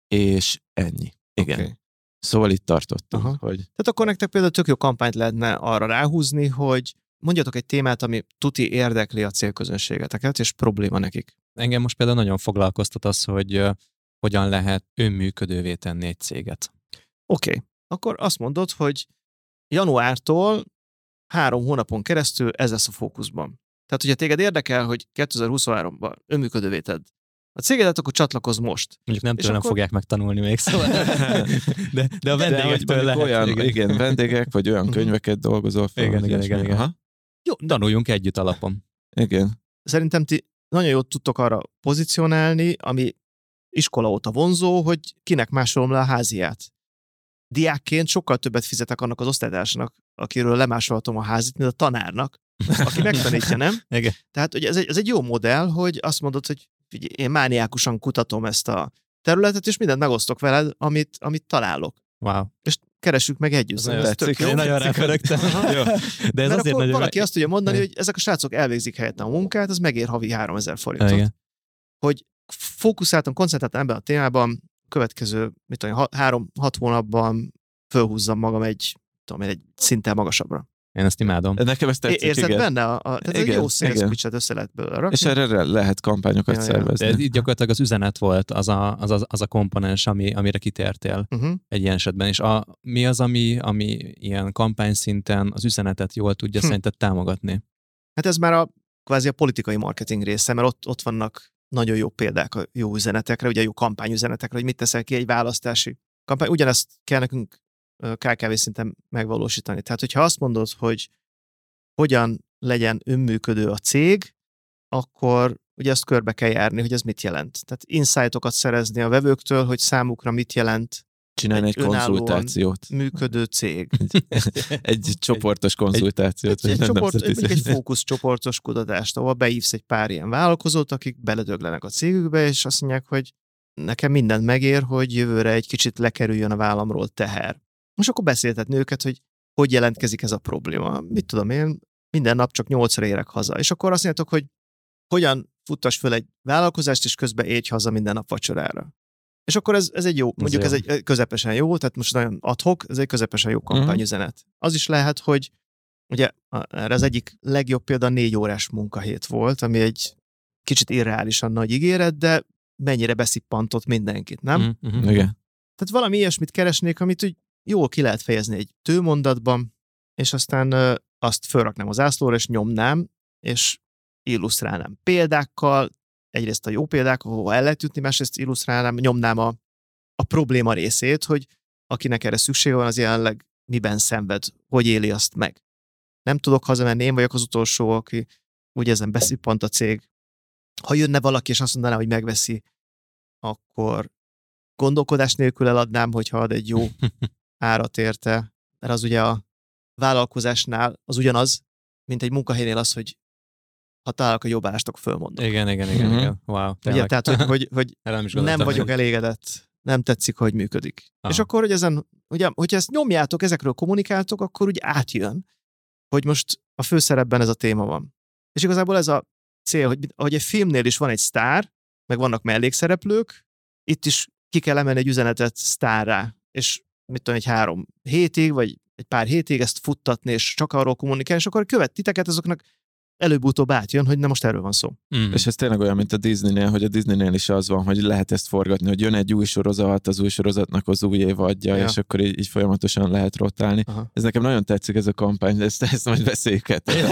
és ennyi. Igen. Okay. Szóval itt tartottunk. Aha. Hogy... Tehát akkor nektek például tök jó kampányt lehetne arra ráhúzni, hogy mondjatok egy témát, ami tuti érdekli a célközönségeteket, és probléma nekik. Engem most például nagyon foglalkoztat az, hogy uh, hogyan lehet önműködővé tenni egy céget. Oké. Okay. Akkor azt mondod, hogy januártól három hónapon keresztül ez lesz a fókuszban. Tehát, hogyha téged érdekel, hogy kétezer-huszonháromban önműködővé tedd a cégedet, akkor csatlakozz most. Mondjuk nem tőlem akkor... fogják megtanulni még, szóval. de, de a vendégektől lehet. Olyan, igen. igen, vendégek, vagy olyan könyveket dolgozol fel. Igen, igen, igen, igen. Aha. Jó, tanuljunk együtt alapon. Igen. Szerintem ti nagyon jót tudtok arra pozícionálni, ami iskola óta vonzó, hogy kinek másolom le a háziát. Diákként sokkal többet fizetek annak az osztálytársnak, akiről lemásolhatom a házit, mint a tanárnak, aki megtanítja, nem? Igen. Tehát ugye ez egy, ez egy jó modell, hogy azt mondod, hogy figyelj, én mániákusan kutatom ezt a területet, és mindent megosztok veled, amit, amit találok. Wow. És keressük meg együtt. Ez nagyon tetszik, én nagyon ráförögtem. De ez azért nagyon... valaki azt tudja mondani, hogy ezek a srácok elvégzik helyettem a munkát, az megér havi háromezer forintot. Igen. Hogy fókuszáltam, koncentráltam ebben a témában, következő, mit tudom, három-hat hónapban fölhúzzam magam egy, tudom én, egy szinten magasabbra. Én ezt imádom. Nekem ezt tetszik, Érzed igen. benne? A, a, tehát igen, egy jó sales pitchet össze lehet belőle rakni. És erre lehet kampányokat ja, szervezni. De itt gyakorlatilag az üzenet volt, az a, az, a, az a komponens, ami, amire kitértél uh-huh. egy ilyen esetben. És a, mi az, ami, ami ilyen kampányszinten az üzenetet jól tudja hm. szerinted támogatni? Hát ez már a kvázi a politikai marketing része, mert ott, ott vannak nagyon jó példák a jó üzenetekre, ugye jó kampányüzenetekre, hogy mit teszel ki egy választási kampány. Ugyanezt kell nekünk ká ká vé szinten megvalósítani. Tehát, hogyha azt mondod, hogy hogyan legyen önműködő a cég, akkor ugye ezt körbe kell járni, hogy ez mit jelent. Tehát insightokat szerezni a vevőktől, hogy számukra mit jelent csinálni egy, egy konzultációt. Működő cég. egy, egy csoportos konzultációt. Egy, egy, egy, csoport, egy fókuszcsoportos kutatást, ahol beívsz egy pár ilyen vállalkozót, akik beledöglenek a cégükbe, és azt mondják, hogy nekem mindent megér, hogy jövőre egy kicsit lekerüljön a vállamról teher. Most akkor beszéltetni őket, hogy hogy jelentkezik ez a probléma. Mit tudom én, minden nap csak nyolcra érek haza. És akkor azt mondjátok, hogy hogyan futtass föl egy vállalkozást, és közben égy haza minden nap vacsorára. És akkor ez, ez egy jó, mondjuk ez, ez egy közepesen jó, tehát most nagyon ad-hoc, ez egy közepesen jó kampányüzenet. Uh-huh. Az is lehet, hogy ugye erre az egyik legjobb példa négy órás munkahét volt, ami egy kicsit irreálisan nagy ígéret, de mennyire beszippantott mindenkit, nem? Uh-huh. Igen. Tehát valami ilyesmit keresnék, amit úgy jól ki lehet fejezni egy tőmondatban, és aztán ö, azt fölraknám az zászlóra, és nyomnám, és illusztrálnám példákkal, egyrészt a jó példák, ahol el lehet jutni, másrészt illusztrálnám, nyomnám a, a probléma részét, hogy akinek erre szüksége van, az jelenleg miben szenved, hogy éli azt meg. Nem tudok hazamenni, én vagyok az utolsó, aki úgy ezen beszippant a cég. Ha jönne valaki, és azt mondaná, hogy megveszi, akkor gondolkodás nélkül eladnám, hogyha ad egy jó árat érte, mert az ugye a vállalkozásnál az ugyanaz, mint egy munkahelynél az, hogy ha találok a jobb állást, akkor fölmondok. Igen, igen, igen, mm-hmm. igen. Wow. Ugye, tehát, hogy, hogy, hogy nem, nem vagyok elégedett, nem tetszik, hogy működik. Aha. És akkor, hogy ezen, ugye, hogyha ezt nyomjátok, ezekről kommunikáltok, akkor úgy átjön, hogy most a főszerepben ez a téma van. És igazából ez a cél, hogy, hogy egy filmnél is van egy sztár, meg vannak mellékszereplők, itt is ki kell emelni egy üzenetet sztárrá, és mit tudom, egy három hétig, vagy egy pár hétig ezt futtatni, és csak arról kommunikálni, és akkor követ titeket azoknak előbb-utóbb átjön, hogy na most erről van szó. Mm. És ez tényleg olyan, mint a Disneynél, hogy a Disneynél is az van, hogy lehet ezt forgatni, hogy jön egy új sorozat, az új sorozatnak az új évadja, ja. és akkor így, így folyamatosan lehet rotálni. Aha. Ez nekem nagyon tetszik ez a kampány, ezt, ezt majd beszéljük.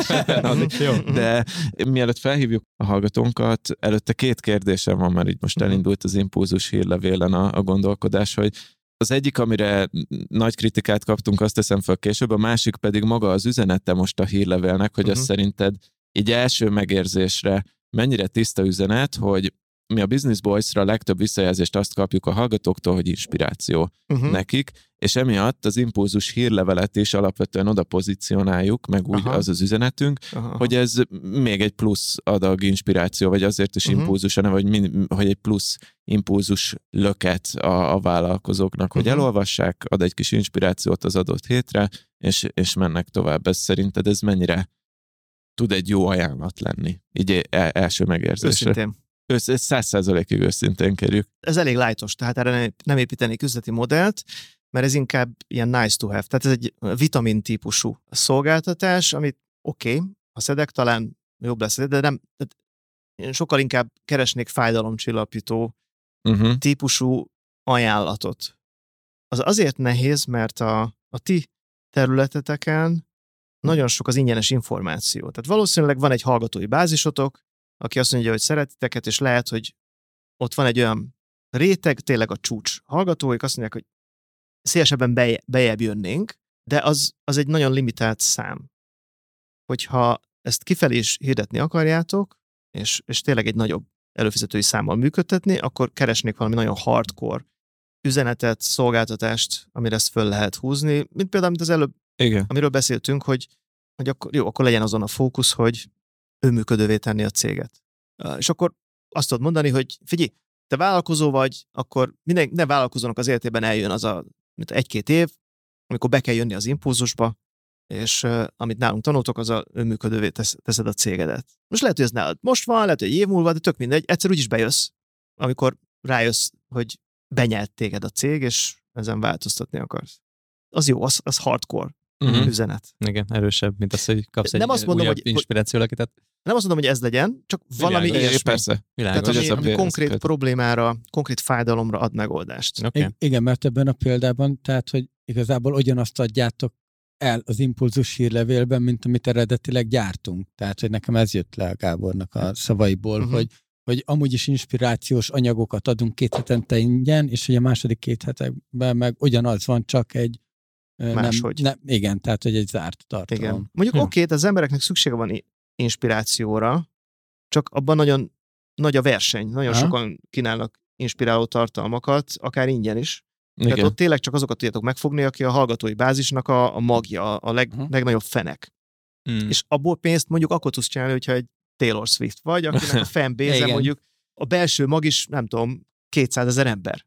De mielőtt felhívjuk a hallgatónkat, előtte két kérdésem van, mert így most elindult az Impulzus hírlevélen a, a gondolkodás, hogy az egyik, amire nagy kritikát kaptunk, azt teszem föl később, a másik pedig maga az üzenete most a hírlevélnek, hogy uh-huh. azt szerinted így első megérzésre mennyire tiszta üzenet, hogy mi a Business Boys-ra a legtöbb visszajelzést azt kapjuk a hallgatóktól, hogy inspiráció uh-huh. nekik, és emiatt az Impulzus hírlevelet is alapvetően oda pozícionáljuk, meg úgy Aha. az az üzenetünk, Aha. hogy ez még egy plusz adag inspiráció, vagy azért is uh-huh. impulzus, hanem hogy, min- hogy egy plusz impulzus löket a, a vállalkozóknak, hogy uh-huh. elolvassák, ad egy kis inspirációt az adott hétre, és, és mennek tovább. Ez szerinted ez mennyire tud egy jó ajánlat lenni? Így el, első megérzésre. Őszintén. Ez száz százalékig őszintén kerül. Ez elég lightos, tehát erre nem építenék üzleti modellt, mert ez inkább ilyen nice to have. Tehát ez egy vitamin típusú szolgáltatás, amit oké, okay, ha szedek, talán jobb lesz, de nem, én sokkal inkább keresnék fájdalomcsillapító uh-huh. típusú ajánlatot. Az azért nehéz, mert a, a ti területeteken nagyon sok az ingyenes információ. Tehát valószínűleg van egy hallgatói bázisotok, aki azt mondja, hogy szeretiteket, és lehet, hogy ott van egy olyan réteg, tényleg a csúcs hallgatóik, azt mondják, hogy szélesebben beje, bejebb jönnénk, de az, az egy nagyon limitált szám. Hogyha ezt kifelé is hirdetni akarjátok, és, és tényleg egy nagyobb előfizetői számmal működtetni, akkor keresnék valami nagyon hardcore üzenetet, szolgáltatást, amire ezt föl lehet húzni, mint például, mint az előbb, Igen. amiről beszéltünk, hogy, hogy akkor, jó, akkor legyen azon a fókusz, hogy önműködővé tenni a céget. És akkor azt tudod mondani, hogy figyelj, te vállalkozó vagy, akkor minden, minden vállalkozónak az életében eljön az a mint egy-két év, amikor be kell jönni az impulzusba, és uh, amit nálunk tanultok, az a önműködővé tesz, teszed a cégedet. Most lehet, hogy ez nálad most van, lehet, hogy egy év múlva, de tök mindegy, egyszer úgyis bejössz, amikor rájössz, hogy benyelt téged a cég, és ezen változtatni akarsz. Az jó, az, az hardcore uh-huh. üzenet. Igen, erősebb, mint az, hogy kapsz nem egy azt mondom, újabb hogy, inspirációlakitet. Nem azt mondom, hogy ez legyen, csak valami Világos, ilyesmi. Persze. Világos. Tehát ami, ami konkrét problémára, konkrét fájdalomra ad megoldást. Okay. I- igen, mert ebben a példában, tehát, hogy igazából ugyanazt adjátok el az impulzus hírlevélben, mint amit eredetileg gyártunk. Tehát, hogy nekem ez jött le a Gábornak a szavaiból, uh-huh. hogy, hogy amúgy is inspirációs anyagokat adunk két hetente ingyen, és hogy a második két hetekben meg ugyanaz van, csak egy máshogy. Nem, nem, igen, tehát, hogy egy zárt tartalom. Igen. Mondjuk hm. oké, okay, az embereknek szüksége van inspirációra, csak abban nagyon nagy a verseny. Nagyon ha? sokan kínálnak inspiráló tartalmakat, akár ingyen is. Igen. Tehát ott tényleg csak azokat tudjátok megfogni, aki a hallgatói bázisnak a, a magja, a leg, uh-huh. legnagyobb fenek. Mm. És abból pénzt mondjuk akkor tudsz csinálni, hogyha egy Taylor Swift vagy, akinek a fanbase mondjuk a belső mag is, nem tudom, kétszázezer ember.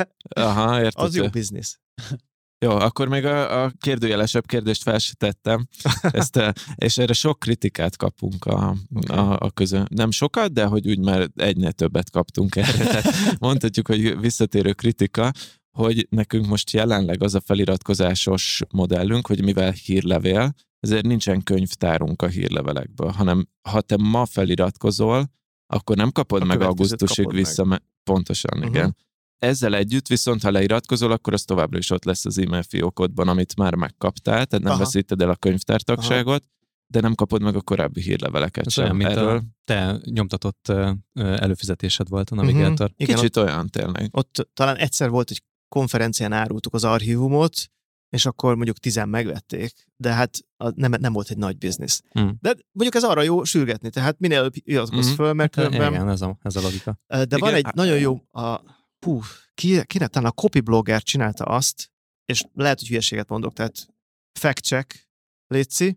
Aha, értető. Az jó biznisz. Jó, akkor még a, a kérdőjelesebb kérdést fel se tettem, Ezt, és erre sok kritikát kapunk a, okay. a, a közön. Nem sokat, de hogy úgy már egynél többet kaptunk erre. Tehát mondhatjuk, hogy visszatérő kritika, hogy nekünk most jelenleg az a feliratkozásos modellünk, hogy mivel hírlevél, ezért nincsen könyvtárunk a hírlevelekből, hanem ha te ma feliratkozol, akkor nem kapod a meg augusztusig kapod vissza. Meg. Pontosan, uh-huh. igen. Ezzel együtt viszont, ha leiratkozol, akkor az továbbra is ott lesz az e-mail fiókodban, amit már megkaptál, tehát nem Aha. veszíted el a könyvtártagságot, Aha. de nem kapod meg a korábbi hírleveleket ez sem. Olyan, mint erről. A te nyomtatott előfizetésed volt a Navigator. Uh-huh. Kicsit ott, olyan tényleg. Ott talán egyszer volt, hogy konferencián árultuk az archívumot, és akkor mondjuk tizen megvették, de hát nem, nem volt egy nagy biznisz. Hmm. De mondjuk ez arra jó sürgetni, tehát minél előbb iratkozz hmm. föl, mert különben... Igen, ez a, ez a logika. De igen, van egy á... nagyon jó... A, hú, ki, ki talán a copyblogger csinálta azt, és lehet, hogy hülyeséget mondok, tehát fact-check, létszi,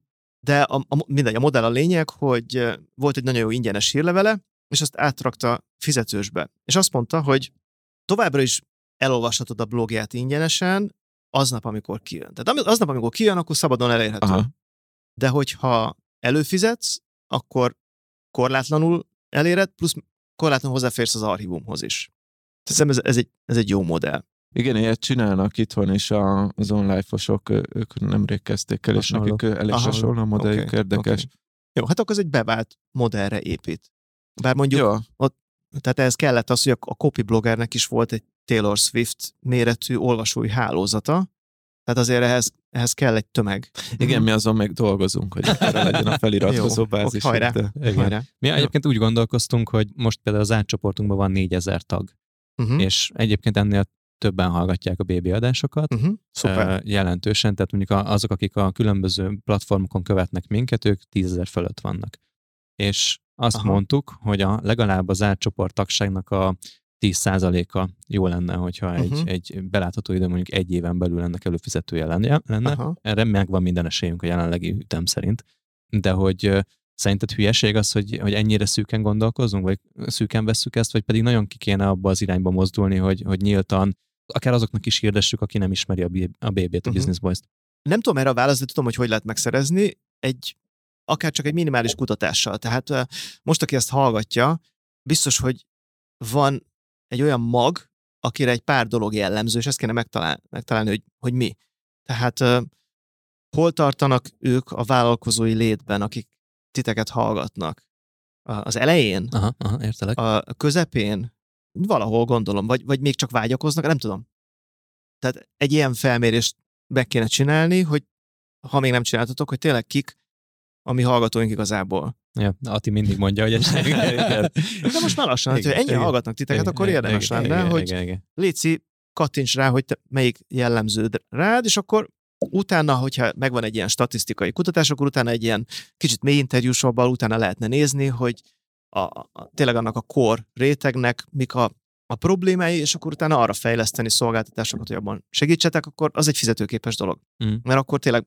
de a, a, mindegy, a modell a lényeg, hogy volt egy nagyon jó ingyenes hírlevele, és azt átrakta fizetősbe. És azt mondta, hogy továbbra is elolvashatod a blogját ingyenesen, aznap, amikor kijön. Tehát aznap, amikor kijön, akkor szabadon elérhető. Aha. De hogyha előfizetsz, akkor korlátlanul eléred, plusz korlátlanul hozzáférsz az archívumhoz is. Szerintem ez, ez, egy, ez egy jó modell. Igen, ilyet csinálnak itthon is az online-fosok, ők nemrég kezdték el, és nekik elég hasonló a modelljük, okay. érdekes. Okay. Jó, hát akkor ez egy bevált modellre épít. Bár mondjuk Jó. ott, tehát ehhez kellett az, hogy a copy bloggernek is volt egy Taylor Swift méretű olvasói hálózata, tehát azért ehhez, ehhez kell egy tömeg. Igen, mm-hmm. mi azon meg dolgozunk, hogy erre legyen a feliratkozó bázis. Hajrá, de... hajrá. Mi Jó. egyébként úgy gondolkoztunk, hogy most például az átcsoportunkban van négyezer tag, uh-huh. és egyébként ennél többen hallgatják a bé bé adásokat, uh-huh. Szuper. Jelentősen, tehát mondjuk azok, akik a különböző platformokon követnek minket, ők tízezer fölött vannak. És azt Aha. mondtuk, hogy a, legalább az átcsoport tagságnak a tíz százaléka jó lenne, hogyha egy, uh-huh. egy belátható idő mondjuk egy éven belül ennek előfizetője lenne. lenne. Erre megvan minden esélyünk a jelenlegi ütem szerint. De hogy uh, szerinted hülyeség az, hogy, hogy ennyire szűken gondolkozunk, vagy szűken vesszük ezt, vagy pedig nagyon ki kéne abba az irányba mozdulni, hogy, hogy nyíltan, akár azoknak is hirdessük, aki nem ismeri a, B- a bé bét, a uh-huh. Business Boys-t. Nem tudom erre a választ, de tudom, hogy hogy lehet megszerezni. Egy akár csak egy minimális kutatással. Tehát uh, most, aki ezt hallgatja, biztos, hogy van egy olyan mag, akire egy pár dolog jellemző, és ezt kéne megtalálni, megtalálni hogy, hogy mi. Tehát uh, hol tartanak ők a vállalkozói létben, akik titeket hallgatnak? Az elején? Aha, aha, értelek. A közepén? Valahol gondolom, vagy, vagy még csak vágyakoznak, nem tudom. Tehát egy ilyen felmérést meg kéne csinálni, hogy ha még nem csináltatok, hogy tényleg kik a mi hallgatóink igazából. Ja, Ati mindig mondja, hogy ez de most már lassan, hogy ennyi hallgatnak titeket, akkor érdemes lenne, hogy léci, kattints rá, hogy te melyik jellemző rád, és akkor utána, hogyha megvan egy ilyen statisztikai kutatás, akkor utána egy ilyen kicsit mély interjúsabbal utána lehetne nézni, hogy a, a, tényleg annak a core rétegnek mik a, a problémái, és akkor utána arra fejleszteni szolgáltatásokat, hogy abban segítsetek, akkor az egy fizetőképes dolog. Mm. Mert akkor tényleg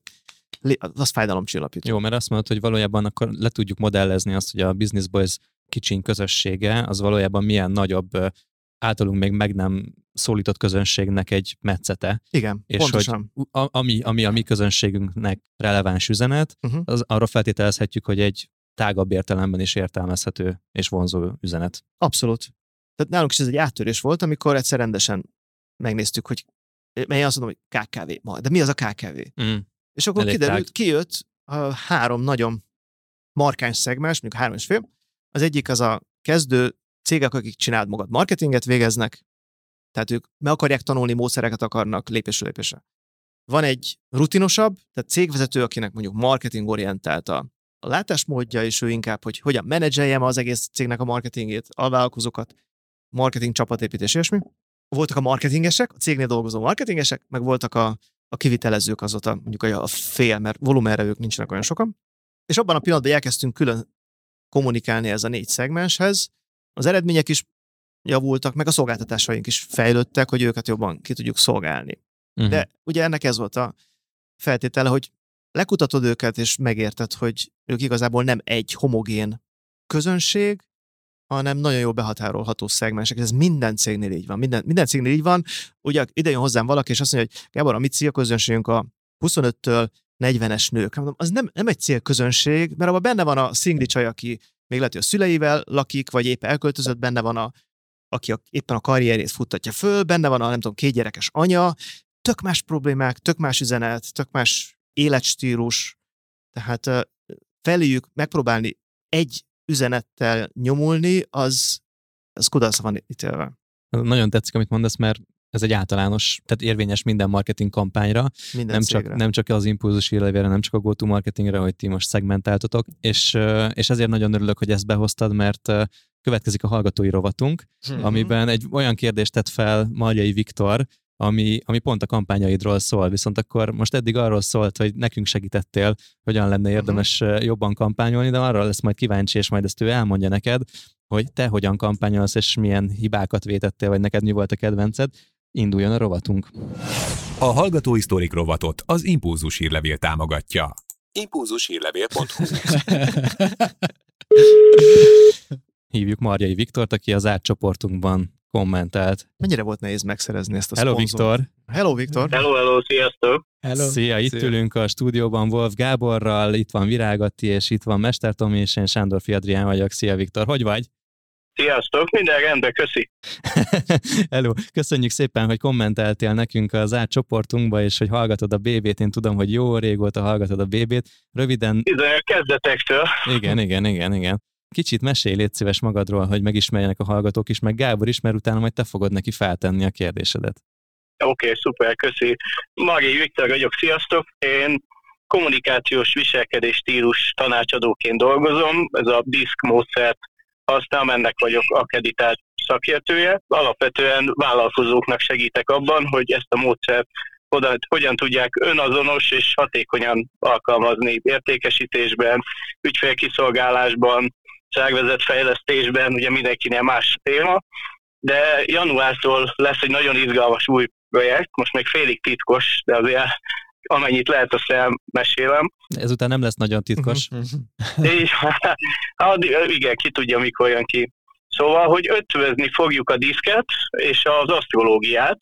az fájdalomcsillapító. Jó, mert azt mondod, hogy valójában akkor le tudjuk modellezni azt, hogy a Business Boys kicsiny közössége, az valójában milyen nagyobb, általunk még meg nem szólított közönségnek egy metszete. Igen, és pontosan. Hogy a, ami, ami a mi közönségünknek releváns üzenet, uh-huh. az arra feltételezhetjük, hogy egy tágabb értelemben is értelmezhető és vonzó üzenet. Abszolút. Tehát nálunk is ez egy áttörés volt, amikor egyszer rendesen megnéztük, hogy mely azt mondom, hogy ká ká vé. De mi az a ká ká vé? Mm. És akkor Elég kiderült, tág. kijött a három nagyon markáns szegmens, mondjuk három és fél. Az egyik az a kezdő cégek, akik csináld magad marketinget végeznek, tehát ők meg akarják tanulni, módszereket akarnak lépésről lépésre. Van egy rutinosabb, tehát cégvezető, akinek mondjuk marketingorientált a, a látásmódja, és ő inkább, hogy hogyan menedzseljem az egész cégnek a marketingét, alvállalkozókat, marketing csapatépítés és mi. Voltak a marketingesek, a cégnél dolgozó marketingesek, meg voltak a a kivitelezők azóta, mondjuk a fél, mert volumenre ők nincsenek olyan sokan. És abban a pillanatban elkezdtünk külön kommunikálni ez a négy szegmenshez. Az eredmények is javultak, meg a szolgáltatásaink is fejlődtek, hogy őket jobban ki tudjuk szolgálni. Uh-huh. De ugye ennek ez volt a feltétele, hogy lekutatod őket, és megérted, hogy ők igazából nem egy homogén közönség, hanem nagyon jól behatárolható szegmensek. Ez minden cégnél így van. Minden, minden cégnél így van. Ugye ide jön hozzám valaki, és azt mondja, hogy Gábor, a mi célközönségünk a huszonöttől negyvenes nők. Mondom, az nem, nem egy célközönség, mert abban benne van a szingli csaj, aki még lehet, hogy a szüleivel lakik, vagy épp elköltözött, benne van a, aki a, éppen a karrierjét futtatja föl, benne van a, nem tudom, kétgyerekes anya, tök más problémák, tök más üzenet, tök más életstílus. Tehát feléjük megpróbálni egy üzenettel nyomulni, az, az kudarcra van ítélve. Nagyon tetszik, amit mondasz, mert ez egy általános, tehát érvényes minden marketing kampányra, minden nem csak, nem csak az impulzus hírlevélre, nem csak a go-to-marketingre, hogy ti most szegmentáltatok, és, és ezért nagyon örülök, hogy ezt behoztad, mert következik a hallgatói rovatunk, hmm. amiben egy olyan kérdést tett fel Marjai Viktor, ami, ami pont a kampányaidról szól, viszont akkor most eddig arról szólt, hogy nekünk segítettél, hogyan lenne érdemes uh-huh. jobban kampányolni, de arra lesz majd kíváncsi, és majd ezt ő elmondja neked, hogy te hogyan kampányolsz, és milyen hibákat vétettél, vagy neked mi volt a kedvenced. Induljon a rovatunk. A hallgatói sztorik rovatot az Impulzus hírlevél támogatja. impulzus hírlevél pont hu Hívjuk Marjai Viktort, aki az átcsoportunkban kommentált. Mennyire volt nehéz megszerezni ezt a Hello, szponzort? Viktor! Hello, Viktor! Hello, hello, sziasztok! Hello. Szia, itt Szia. ülünk a stúdióban Wolf Gáborral, itt van Virág Atti, és itt van Mester Tomi, és én Sándorfi Adrián vagyok. Szia, Viktor, hogy vagy? Sziasztok, minden rendben, köszi. Hello, köszönjük szépen, hogy kommenteltél nekünk az zárt csoportunkba, és hogy hallgatod a bé bét, én tudom, hogy jó régóta hallgatod a bé bét. Röviden... Bizony a kezdetektől. Igen, igen, igen, igen. Kicsit mesélj, légy szíves magadról, hogy megismerjenek a hallgatók is, meg Gábor is, mert utána majd te fogod neki feltenni a kérdésedet. Oké, okay, szuper, köszi. Magé Viktor vagyok, sziasztok. Én kommunikációs viselkedés stílus tanácsadóként dolgozom, ez a diszk módszert használom, ennek vagyok akkreditált szakértője. Alapvetően vállalkozóknak segítek abban, hogy ezt a módszert hogyan, hogyan tudják önazonos és hatékonyan alkalmazni értékesítésben, ügyfélkiszolgálásban, szervezetfejlesztésben, ugye mindenkinél más téma, de januártól lesz egy nagyon izgalmas új projekt, most még félig titkos, de azért amennyit lehet, azt elmesélem. Ezután nem lesz nagyon titkos. És, hát, igen, ki tudja, mikor jön ki. Szóval, hogy ötvözni fogjuk a diszket és az asztrológiát,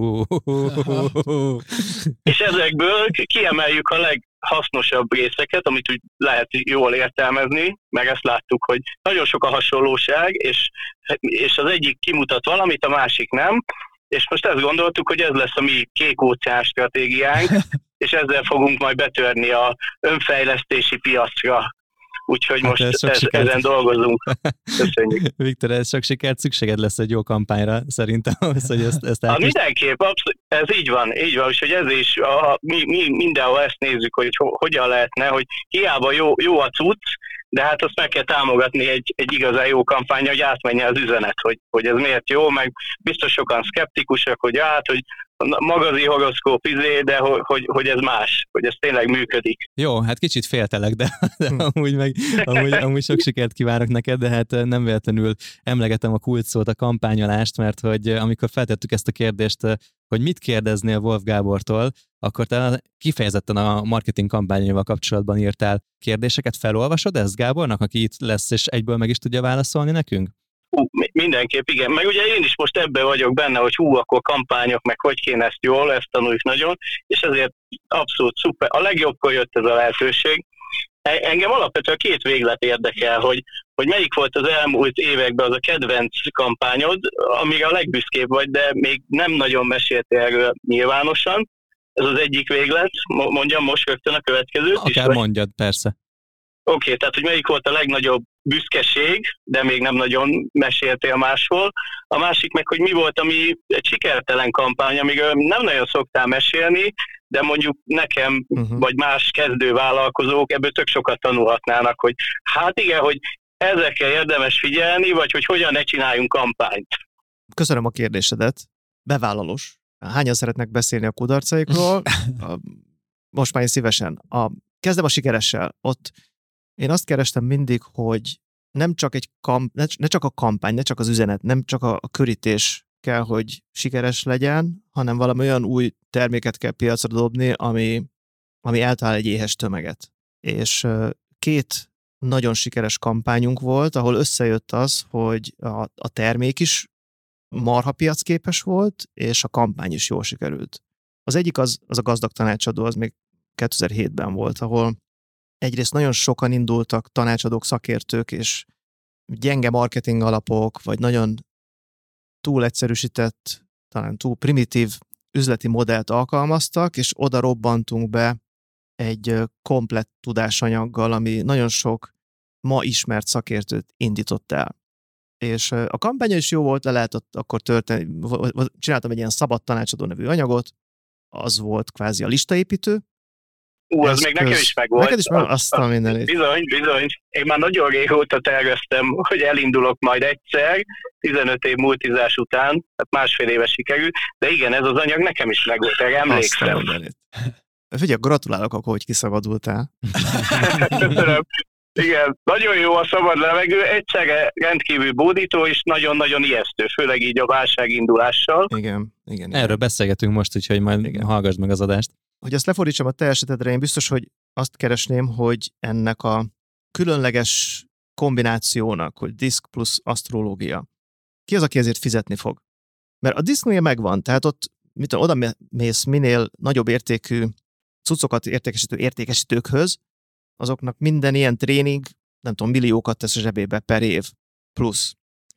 és ezekből kiemeljük a leghasznosabb részeket, amit úgy lehet jól értelmezni, meg ezt láttuk, hogy nagyon sok a hasonlóság, és, és az egyik kimutat valamit, a másik nem, és most ezt gondoltuk, hogy ez lesz a mi kék óceán stratégiánk, és ezzel fogunk majd betörni a önfejlesztési piacra. Úgyhogy hát most ez ez, ezen dolgozunk. Köszönjük. Viktor, ez sok sikert, szükséged lesz egy jó kampányra szerintem, hogy ezt, ezt elkezd... Mindenképp, abszolút, ez így van, így van, úgyhogy ez is, a, mi, mi mindenhol ezt nézzük, hogy ho, hogyan lehetne, hogy hiába jó, jó a cucc, de hát azt meg kell támogatni egy, egy igazán jó kampány, hogy átmenjen az üzenet, hogy, hogy ez miért jó, meg biztos sokan szkeptikusak, hogy hát, hogy magazi horoszkóp izé, de hogy, hogy, hogy ez más, hogy ez tényleg működik. Jó, hát kicsit féltelek, de, de amúgy, meg, amúgy, amúgy sok sikert kívánok neked, de hát nem véletlenül emlegetem a kulcsszót, a kampányolást, mert hogy amikor feltettük ezt a kérdést, hogy mit kérdeznél Wolf Gábortól, akkor te kifejezetten a marketing kampányaival kapcsolatban írtál kérdéseket. Felolvasod ezt Gábornak, aki itt lesz, és egyből meg is tudja válaszolni nekünk? Hú, mindenképp, igen. Meg ugye én is most ebben vagyok benne, hogy hú, akkor kampányok, meg hogy kéne ezt jól, ezt tanuljuk nagyon, és ezért abszolút szuper. A legjobbkor jött ez a lehetőség. Engem alapvetően két véglet érdekel, hogy, hogy melyik volt az elmúlt években az a kedvenc kampányod, amire a legbüszkébb vagy, de még nem nagyon meséltél erről nyilvánosan. Ez az egyik véglet. Mondjam most rögtön a következőt. Akár mondjad, persze. Oké, okay, tehát hogy melyik volt a legnagyobb büszkeség, de még nem nagyon meséltél máshol. A másik meg, hogy mi volt, ami egy sikertelen kampány, amiről nem nagyon szoktál mesélni, de mondjuk nekem, uh-huh. vagy más kezdővállalkozók ebből tök sokat tanulhatnának, hogy hát igen, hogy ezekkel érdemes figyelni, vagy hogy hogyan ne csináljunk kampányt. Köszönöm a kérdésedet. Bevállalós. Hányan szeretnek beszélni a kudarcaikról? Most már én szívesen. A, kezdem a sikeressel. Ott én azt kerestem mindig, hogy nem csak egy kamp, ne, ne csak a kampány, ne csak az üzenet, nem csak a, a körítés kell, hogy sikeres legyen, hanem valami olyan új terméket kell piacra dobni, ami, ami eltalál egy éhes tömeget. És két nagyon sikeres kampányunk volt, ahol összejött az, hogy a, a termék is marha piacképes volt, és a kampány is jól sikerült. Az egyik az, az a gazdag tanácsadó, az még kétezer-hétben volt, ahol egyrészt nagyon sokan indultak tanácsadók, szakértők, és gyenge marketing alapok, vagy nagyon túl egyszerűsített, talán túl primitív üzleti modellt alkalmaztak, és oda robbantunk be egy komplett tudásanyaggal, ami nagyon sok ma ismert szakértőt indított el. És a kampánya is jó volt, le lehetett akkor történni, csináltam egy ilyen szabad tanácsadó nevű anyagot, az volt kvázi a listaépítő. Ú, az még nekem is megvolt. Neked is megvolt, azt a mindenit. Bizony, bizony. Én már nagyon régóta terveztem, hogy elindulok majd egyszer, tizenöt év multizás után, tehát másfél éve sikerült, de igen, ez az anyag nekem is megvolt, erre emlékszem. Figyelj, gratulálok akkor, hogy kiszabadultál. Köszönöm. Igen, nagyon jó a szabad levegő, egyszerre rendkívül bódító, és nagyon-nagyon ijesztő, főleg így a válságindulással. Igen, igen, igen. Erről beszélgetünk most, úgyhogy majd igen. Hallgassd meg az adást. Hogy azt lefordítsam a te esetedre, én biztos, hogy azt keresném, hogy ennek a különleges kombinációnak, hogy diszk plusz asztrológia, ki az, aki ezért fizetni fog? Mert a diszknél megvan, tehát ott mit tudom, oda mész minél nagyobb értékű cuccokat értékesítő értékesítőkhöz, azoknak minden ilyen tréning, nem tudom, milliókat tesz a zsebébe per év plusz.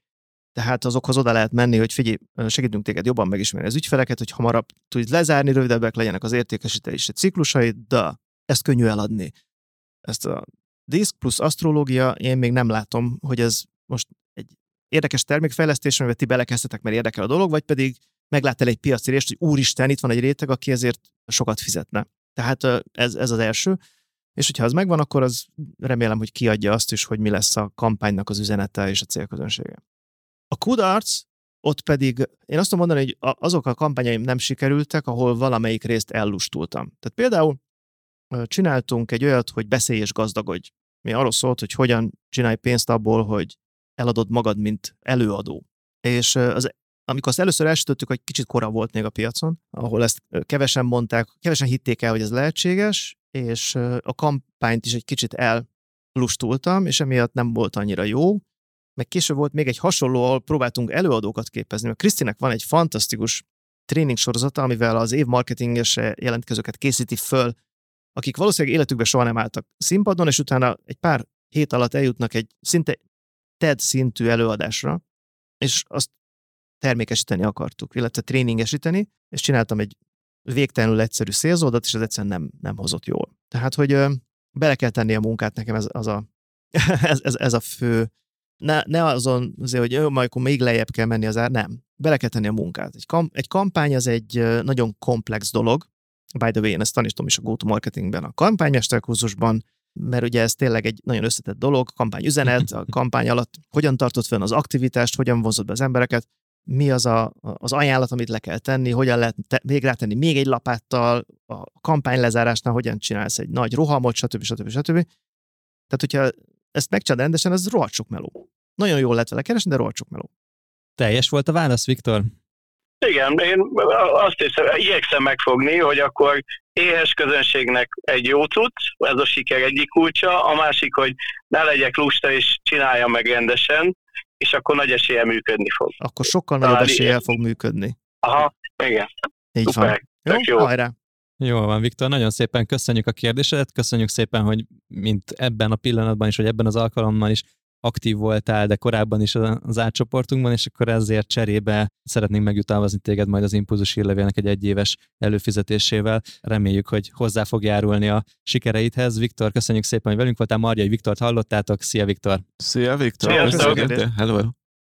Tehát azokhoz oda lehet menni, hogy figyelj, segítünk téged jobban megismerni az ügyfeleket, hogy hamarabb tudj lezárni, rövidebbek legyenek az értékesítési ciklusaid, de ezt könnyű eladni. Ezt a diszk plusz asztrológia, én még nem látom, hogy ez most egy érdekes termékfejlesztés, amivel ti belekezdtetek, mert érdekel a dolog, vagy pedig meglát el egy piaci részt, hogy úristen, itt van egy réteg, aki ezért sokat fizetne. Tehát ez, ez az első. És hogyha az megvan, akkor az remélem, hogy kiadja azt is, hogy mi lesz a kampánynak az üzenete és a célközönsége. A kudarc, ott pedig én azt tudom mondani, hogy azok a kampányaim nem sikerültek, ahol valamelyik részt ellustultam. Tehát például csináltunk egy olyat, hogy beszélj és gazdagodj. Mi arról szólt, hogy hogyan csinálj pénzt abból, hogy eladod magad, mint előadó. És az, amikor azt először elsütöttük, hogy kicsit kora volt még a piacon, ahol ezt kevesen mondták, kevesen hitték el, hogy ez lehetséges, és a kampányt is egy kicsit ellustultam, és emiatt nem volt annyira jó. Meg később volt még egy hasonló, ahol próbáltunk előadókat képezni, mert Krisztinek van egy fantasztikus tréning sorozata, amivel az év marketingesre jelentkezőket készíti föl, akik valószínűleg életükben soha nem álltak színpadon, és utána egy pár hét alatt eljutnak egy szinte TED szintű előadásra, és azt termékesíteni akartuk, illetve tréningesíteni, és csináltam egy végtelenül egyszerű szélzoldat, és ez egyszerűen nem, nem hozott jól. Tehát, hogy ö, bele kell tenni a munkát, nekem ez, az a, ez, ez, ez a fő. Ne, ne azon, azért, hogy jó, majd akkor még lejjebb kell menni az ár, nem. Bele kell tenni a munkát. Egy, kam, egy kampány az egy nagyon komplex dolog. By the way, én ezt tanítom is a go-to-marketingben, a kampánymesterkurzusban, mert ugye ez tényleg egy nagyon összetett dolog, kampányüzenet, a kampány alatt hogyan tartod fenn az aktivitást, hogyan vonzod be az embereket, mi az a, az ajánlat, amit le kell tenni, hogyan lehet te, még rátenni még egy lapáttal, a kampány lezárásnál hogyan csinálsz egy nagy rohamot, stb. stb. stb. Tehát, hogyha ezt megcsinálod rendesen, az rohadt sok meló. Nagyon jól lehet vele keresni, de rohadt sok meló. Teljes volt a válasz, Viktor? Igen, én azt hiszem, igyekszem megfogni, hogy akkor éhes közönségnek egy jó cucc, ez a siker egyik kulcsa, a másik, hogy ne legyek lusta és csináljam meg rendesen, és akkor nagy eséllyel működni fog. Akkor sokkal nagyobb eséllyel fog működni. Aha, igen. Így Szuper. van. Jó, jó. Hajrá. Jól van, Viktor, nagyon szépen köszönjük a kérdésedet, köszönjük szépen, hogy mint ebben a pillanatban is, vagy ebben az alkalommal is aktív voltál, de korábban is az átcsoportunkban, és akkor ezért cserébe szeretnénk megjutalmazni téged majd az Impulzus hírlevélnek egy egyéves előfizetésével. Reméljük, hogy hozzá fog járulni a sikereidhez. Viktor, köszönjük szépen, hogy velünk voltál. Marjai Viktort hallottátok. Szia, Viktor! Szia, Viktor! Sziasztok! Hello, hello!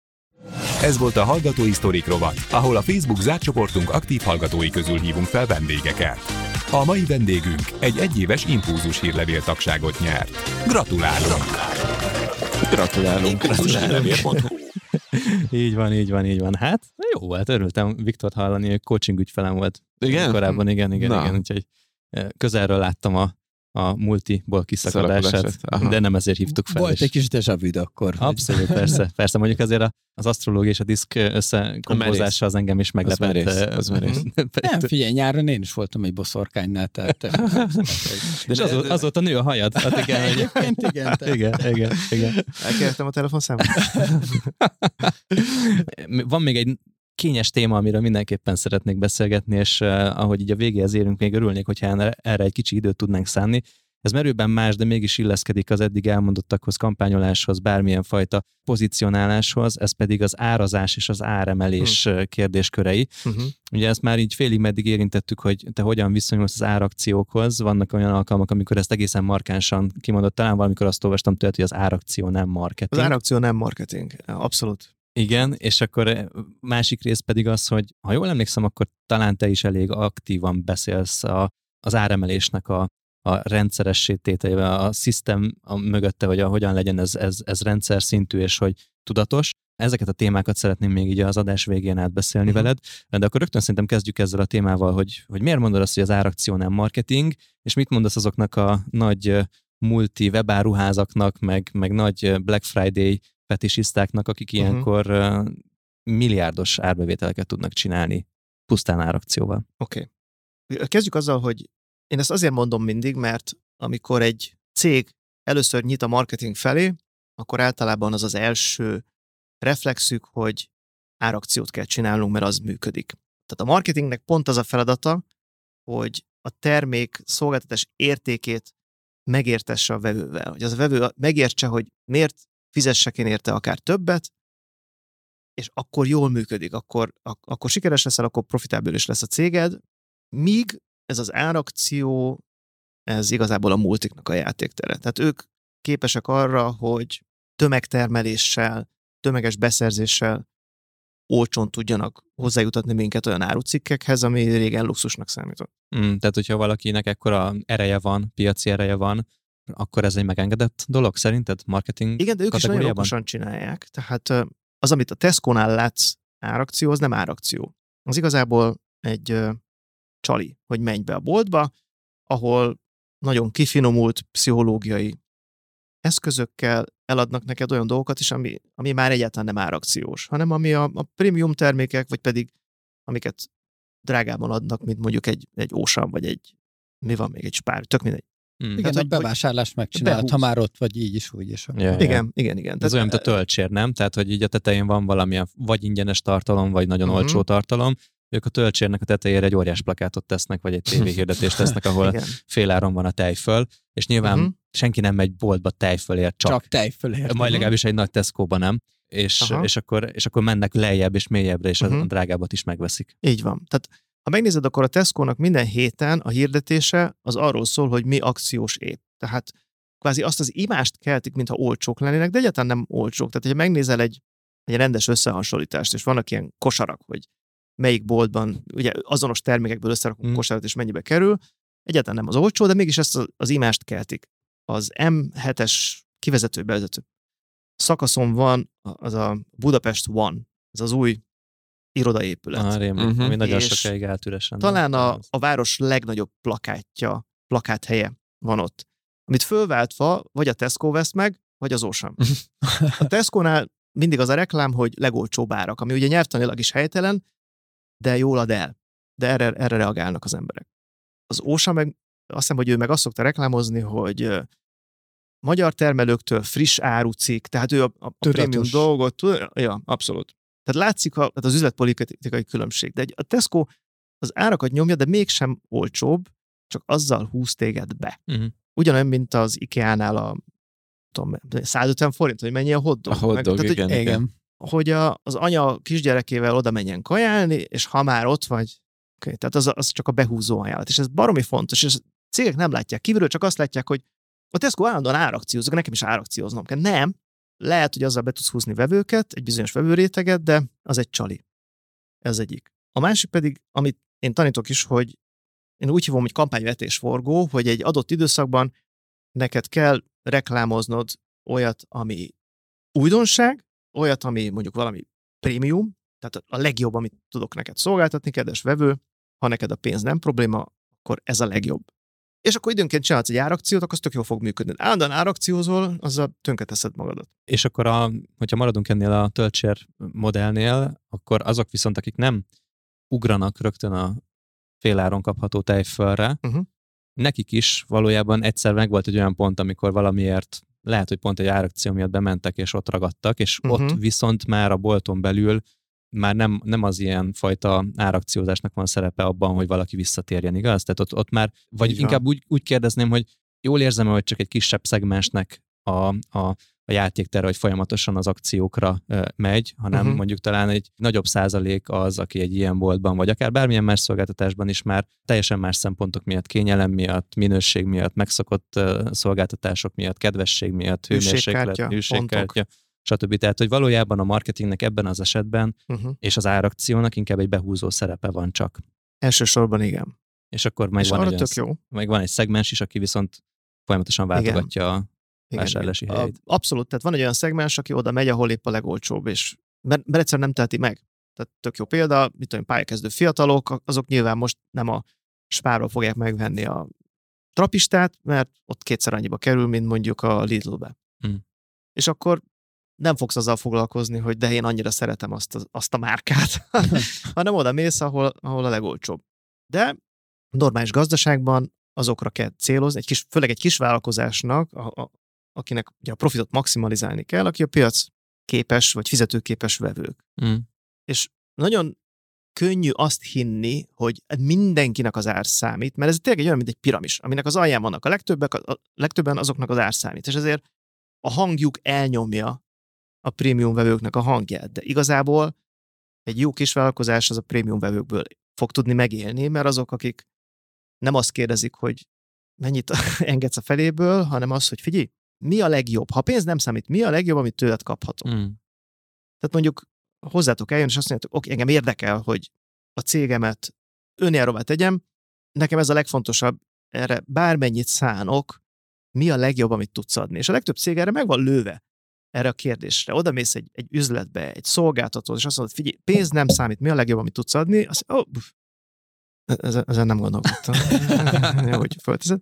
Ez volt a Hallgatói Sztorik rovat, ahol a Facebook zárt csoportunk aktív hallgatói közül hívunk fel vendégeket. A mai vendégünk egy egyéves Impulzus hírlevél tagságot nyert. Gratulálunk! Gratulálunk! Gratulálunk! Így van, így van, így van. Hát, jó volt, örültem Viktort hallani, hogy coaching ügyfelem volt. Igen? Korábban, igen, igen, Na. igen. Úgyhogy közelről láttam a, a multiból kiszakadását, de nem ezért hívtuk fel. Volt egy kis déjà vu akkor. Abszolút, persze. Persze, mondjuk azért a, az asztrológia és a diszk összekompózása az engem is meglepett. Az merész, az merész. Nem, figyelj, nyáron én is voltam egy boszorkánynál, tehát... És azóta, azóta nő a hajad. Hát igen, Egyébként igen. Tehát... igen, igen, igen. Elkértem a telefonszámot. Van még egy kényes téma, amiről mindenképpen szeretnék beszélgetni, és uh, ahogy így a végéhez érünk, még örülnék, hogyha erre egy kicsi időt tudnánk szánni. Ez merőben más, de mégis illeszkedik az eddig elmondottakhoz, kampányoláshoz, bármilyen fajta pozicionáláshoz, ez pedig az árazás és az áremelés hmm. kérdéskörei. Uh-huh. Ugye ezt már így félig meddig érintettük, hogy te hogyan viszonyulsz az árakciókhoz. Vannak olyan alkalmak, amikor ezt egészen markánsan kimondott. Talán valamikor azt olvastam tőled, hogy az árakció nem marketing. Az árakció nem marketing, abszolút. Igen, és akkor másik rész pedig az, hogy ha jól emlékszem, akkor talán te is elég aktívan beszélsz a, az áremelésnek a, a rendszeressé tételével, a system a mögötte, hogy a, hogyan legyen ez, ez, ez rendszer szintű, és hogy tudatos. Ezeket a témákat szeretném még így az adás végén átbeszélni uh-huh. veled, de akkor rögtön szerintem kezdjük ezzel a témával, hogy, hogy miért mondod azt, hogy az árakció nem marketing, és mit mondasz azoknak a nagy multi webáruházaknak, meg, meg nagy Black Friday fetisistáknak, akik uh-huh. ilyenkor uh, milliárdos árbevételeket tudnak csinálni pusztán árakcióval. Oké. Okay. Kezdjük azzal, hogy én ezt azért mondom mindig, mert amikor egy cég először nyit a marketing felé, akkor általában az az első reflexük, hogy árakciót kell csinálnunk, mert az működik. Tehát a marketingnek pont az a feladata, hogy a termék szolgáltatás értékét megértesse a vevővel. Hogy az a vevő megértse, hogy miért fizessek én érte akár többet, és akkor jól működik, akkor, ak- akkor sikeres leszel, akkor profitábilis lesz a céged, míg ez az árakció, ez igazából a multiknak a játéktere. Tehát ők képesek arra, hogy tömegtermeléssel, tömeges beszerzéssel olcsón tudjanak hozzájutatni minket olyan árucikkekhez, ami régen luxusnak számított. Mm, tehát, hogyha valakinek ekkora ereje van, piaci ereje van, akkor ez egy megengedett dolog szerinted marketing Igen, de ők is nagyon okosan csinálják. Tehát az, amit a Tesco-nál látsz árakció, az nem árakció. Az igazából egy uh, csali, hogy menj be a boltba, ahol nagyon kifinomult pszichológiai eszközökkel eladnak neked olyan dolgokat is, ami, ami már egyáltalán nem árakciós, hanem ami a, a prémium termékek, vagy pedig amiket drágában adnak, mint mondjuk egy, egy Ocean, vagy egy, mi van még, egy Spár, tök mindegy. Mm. Igen, tehát, egy bevásárlást megcsinálod, ha már ott vagy így is, úgy is. Ja, igen, ja. igen, igen. Ez tehát, olyan, mint a töltsér, nem? Tehát, hogy így a tetején van valamilyen vagy ingyenes tartalom, vagy nagyon uh-huh. olcsó tartalom, ők a töltsérnek a tetejére egy óriás plakátot tesznek, vagy egy tévéhirdetést tesznek, ahol féláron van a tejföl, és nyilván uh-huh. senki nem megy boltba tejfölért, csak, csak tejfölért. Majd legalábbis egy nagy Tesco-ban nem, és, és, akkor, és akkor mennek lejjebb és mélyebbre, és uh-huh. a drágábbat is megveszik. Így van. Tehát ha megnézed, akkor a Tesco-nak minden héten a hirdetése az arról szól, hogy mi akciós épp. Tehát kvázi azt az imást keltik, mintha olcsók lennének, de egyáltalán nem olcsók. Tehát, hogyha megnézel egy, egy rendes összehasonlítást, és vannak ilyen kosarak, hogy melyik boltban, ugye azonos termékekből összerakunk mm. kosarat, és mennyibe kerül, egyáltalán nem az olcsó, de mégis ezt az, az imást keltik. Az em hetes kivezető bevezető szakaszon van az a Budapest One, ez az új irodaépület. Ah, rémlik, uh-huh. ami nagyon sokáig állt üresen. Talán a, a város legnagyobb plakátja, plakáthelye van ott, amit fölváltva vagy a Tesco vesz meg, vagy az Ocean. A Tesco-nál mindig az a reklám, hogy legolcsóbb árak, ami ugye nyelvtanilag is helytelen, de jól ad el. De erre, erre reagálnak az emberek. Az Ocean meg, azt hiszem, hogy ő meg azt szokta reklámozni, hogy uh, magyar termelőktől friss árucikk, tehát ő a, a, a prémium dolgot, ja, abszolút. Tehát látszik a, tehát az üzletpolitikai különbség. De a Tesco az árakat nyomja, de mégsem olcsóbb, csak azzal húz téged be. Uh-huh. Ugyanolyan, mint az IKEA-nál a tudom, százötven forint, hogy mennyi a hotdog. A hotdog, meg, igen, tehát, igen. Hogy, hogy a, az anya kisgyerekével oda menjen kajálni, és ha már ott vagy, okay, tehát az, az csak a behúzó ajánlat. És ez baromi fontos, és a cégek nem látják kívülről, csak azt látják, hogy a Tesco állandóan árakciózok, nekem is árakcióznom kell. Nem. Lehet, hogy azzal be tudsz húzni vevőket, egy bizonyos vevőréteget, de az egy csali. Ez egyik. A másik pedig, amit én tanítok is, hogy én úgy hívom, hogy kampányvetésforgó, hogy egy adott időszakban neked kell reklámoznod olyat, ami újdonság, olyat, ami mondjuk valami prémium, tehát a legjobb, amit tudok neked szolgáltatni, kedves vevő, ha neked a pénz nem probléma, akkor ez a legjobb. És akkor időnként csinálsz egy árakciót, akkor az tök jól fog működni. Állandóan árakciózol, azzal tönkreteszed magadat. És akkor, a, hogyha maradunk ennél a töltsér modellnél, akkor azok viszont, akik nem ugranak rögtön a féláron kapható tejfölre, uh-huh. nekik is valójában egyszer meg volt egy olyan pont, amikor valamiért lehet, hogy pont egy árakció miatt bementek, és ott ragadtak, és uh-huh. ott viszont már a bolton belül már nem, nem az ilyen fajta árakciózásnak van szerepe abban, hogy valaki visszatérjen, igaz? Tehát ott, ott már, vagy igen. inkább úgy, úgy kérdezném, hogy jól érzem, hogy csak egy kisebb szegmensnek a, a, a játéktere, hogy folyamatosan az akciókra uh, megy, hanem uh-huh. mondjuk talán egy nagyobb százalék az, aki egy ilyen boltban, vagy akár bármilyen más szolgáltatásban is már teljesen más szempontok miatt, kényelem miatt, minőség miatt, megszokott uh, szolgáltatások miatt, kedvesség miatt, hőmérséklet, hűségkártya, stb. Tehát, hogy valójában a marketingnek ebben az esetben uh-huh. és az árakciónak inkább egy behúzó szerepe van csak. Elsősorban igen. És akkor meg, és van, egy jó. meg van egy szegmens is, aki viszont folyamatosan váltogatja igen. a vásárlási helyét. Abszolút, tehát van egy olyan szegmens, aki oda megy, ahol épp a legolcsóbb, és mert, mert egyszerűen nem teheti meg. Tehát tök jó példa, mit tudom, pályakezdő fiatalok, azok nyilván most nem a Spárról fogják megvenni a trapistát, mert ott kétszer annyiba kerül, mint mondjuk a Lidlbe. Hmm. És akkor nem fogsz azzal foglalkozni, hogy de én annyira szeretem azt a, azt a márkát, hanem oda mész, ahol, ahol a legolcsóbb. De normális gazdaságban azokra kell célozni, egy kis, főleg egy kis vállalkozásnak, a, a, akinek ugye a profitot maximalizálni kell, aki a piac képes, vagy fizetőképes vevők. Mm. És nagyon könnyű azt hinni, hogy mindenkinek az ár számít, mert ez tényleg egy olyan, mint egy piramis, aminek az alján vannak a legtöbbek, a legtöbben azoknak az ár számít. És ezért a hangjuk elnyomja a prémium vevőknek a hangját, de igazából egy jó kis vállalkozás az a prémium vevőkből fog tudni megélni, mert azok, akik nem azt kérdezik, hogy mennyit engedsz a feléből, hanem az, hogy figyelj, mi a legjobb? Ha pénz nem számít, mi a legjobb, amit tőled kaphatok? Mm. Tehát mondjuk hozzátok eljön, és azt mondjátok, oké, engem érdekel, hogy a cégemet önjáróvá tegyem, nekem ez a legfontosabb, erre bármennyit szánok, mi a legjobb, amit tudsz adni. És a legtöbb cég erre meg van lőve, erre a kérdésre. Oda mész egy, egy üzletbe, egy szolgáltatót, és azt mondod, figyelj, pénz nem számít, mi a legjobb, amit tudsz adni, azt mondod, oh, ezen, ezen nem gondolkodtam. Jó, hogy fölteszed.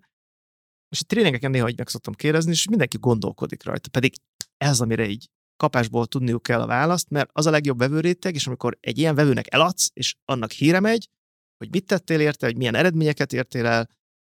És a tréningeken néha így meg szoktam kérdezni, és mindenki gondolkodik rajta. Pedig ez, amire így kapásból tudniuk kell a választ, mert az a legjobb vevőréteg, és amikor egy ilyen vevőnek eladsz, és annak híre megy, hogy mit tettél érte, hogy milyen eredményeket értél el,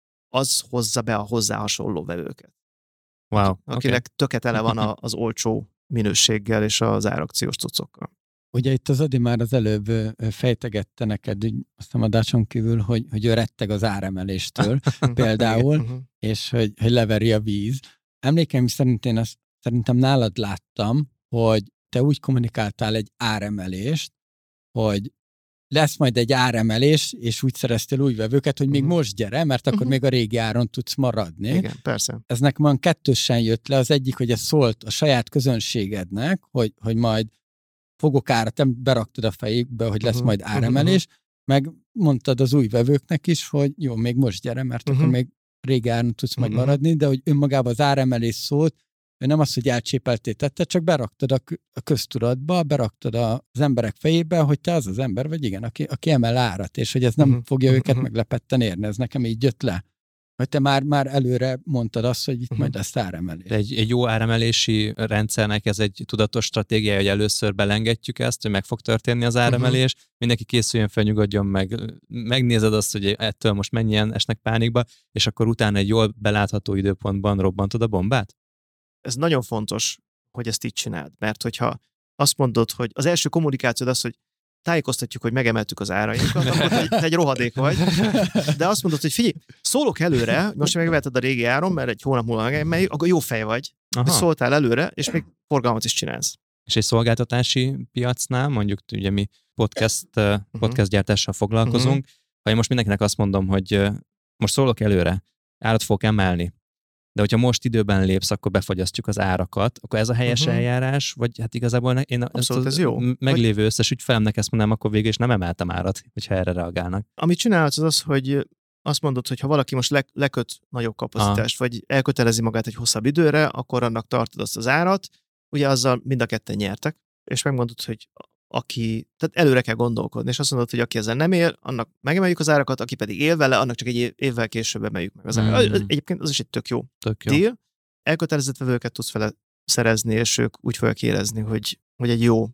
az hozza be a hozzá hasonló vevőket. Wow, akinek okay. töketele van az olcsó minőséggel és az árakciós cuccokkal. Ugye itt az Adi már az előbb fejtegette neked, azt a adáson kívül, hogy, hogy ő retteg az áremeléstől például, és hogy, hogy leveri a víz. Emlékeim szerint én azt szerintem nálad láttam, hogy te úgy kommunikáltál egy áremelést, hogy lesz majd egy áremelés, és úgy szereztél új vevőket, hogy még uh-huh. most gyere, mert akkor uh-huh. még a régi áron tudsz maradni. Igen, persze. Ez nekem olyan kettősen jött le. Az egyik, hogy ez szólt a saját közönségednek, hogy, hogy majd fogok árat, te beraktad a fejükbe, hogy lesz uh-huh. majd áremelés, uh-huh. meg mondtad az új vevőknek is, hogy jó, még most gyere, mert uh-huh. akkor még régi áron tudsz majd uh-huh. maradni, de hogy önmagában az áremelés szólt, ő nem az, hogy elcsépelté tette, csak beraktad a köztudatba, beraktad az emberek fejébe, hogy te az az ember vagy, igen, aki, aki emel árat, és hogy ez nem uh-huh. fogja őket uh-huh. meglepetten érni. Ez nekem így jött le. Hogy te már, már előre mondtad azt, hogy itt uh-huh. majd lesz áremelés. Egy, egy jó áremelési rendszernek ez egy tudatos stratégia, hogy először belengedjük ezt, hogy meg fog történni az áremelés, uh-huh. mindenki készüljön fel, nyugodjon meg, megnézed azt, hogy ettől most mennyien esnek pánikba, és akkor utána egy jól belátható időpontban robbantod a bombát? Ez nagyon fontos, hogy ezt így csináld, mert hogyha azt mondod, hogy az első kommunikációd az, hogy tájékoztatjuk, hogy megemeltük az árainkat, akkor te, te egy rohadék vagy, de azt mondod, hogy figyelj, szólok előre, most megemelted a régi áron, mert egy hónap múlva megemeljük, akkor jó fej vagy, de szóltál előre, és még forgalmat is csinálsz. És egy szolgáltatási piacnál, mondjuk ugye mi podcast, uh-huh. podcast gyártással foglalkozunk, uh-huh. ha én most mindenkinek azt mondom, hogy most szólok előre, árat fogok emelni, de hogyha most időben lépsz, akkor befagyasztjuk az árakat, akkor ez a helyes uh-huh. eljárás, vagy hát igazából én Abszolút, ez jó. meglévő összes ügyfelemnek ezt mondanám, akkor végül is nem emeltem árat, hogyha erre reagálnak. Amit csinálhatsz az az, hogy azt mondod, hogy ha valaki most le, leköt nagyobb kapacitást, ah. vagy elkötelezi magát egy hosszabb időre, akkor annak tartod azt az árat, ugye azzal mind a ketten nyertek, és megmondod, hogy aki, tehát előre kell gondolkodni, és azt mondod, hogy aki ezzel nem él, annak megemeljük az árakat, aki pedig él vele, annak csak egy évvel később emeljük meg az árakat. Mm. Egyébként az is egy tök jó, tök jó. deal. Elkötelezett vevőket tudsz vele szerezni, és ők úgy fogják érezni, hogy, hogy egy jó,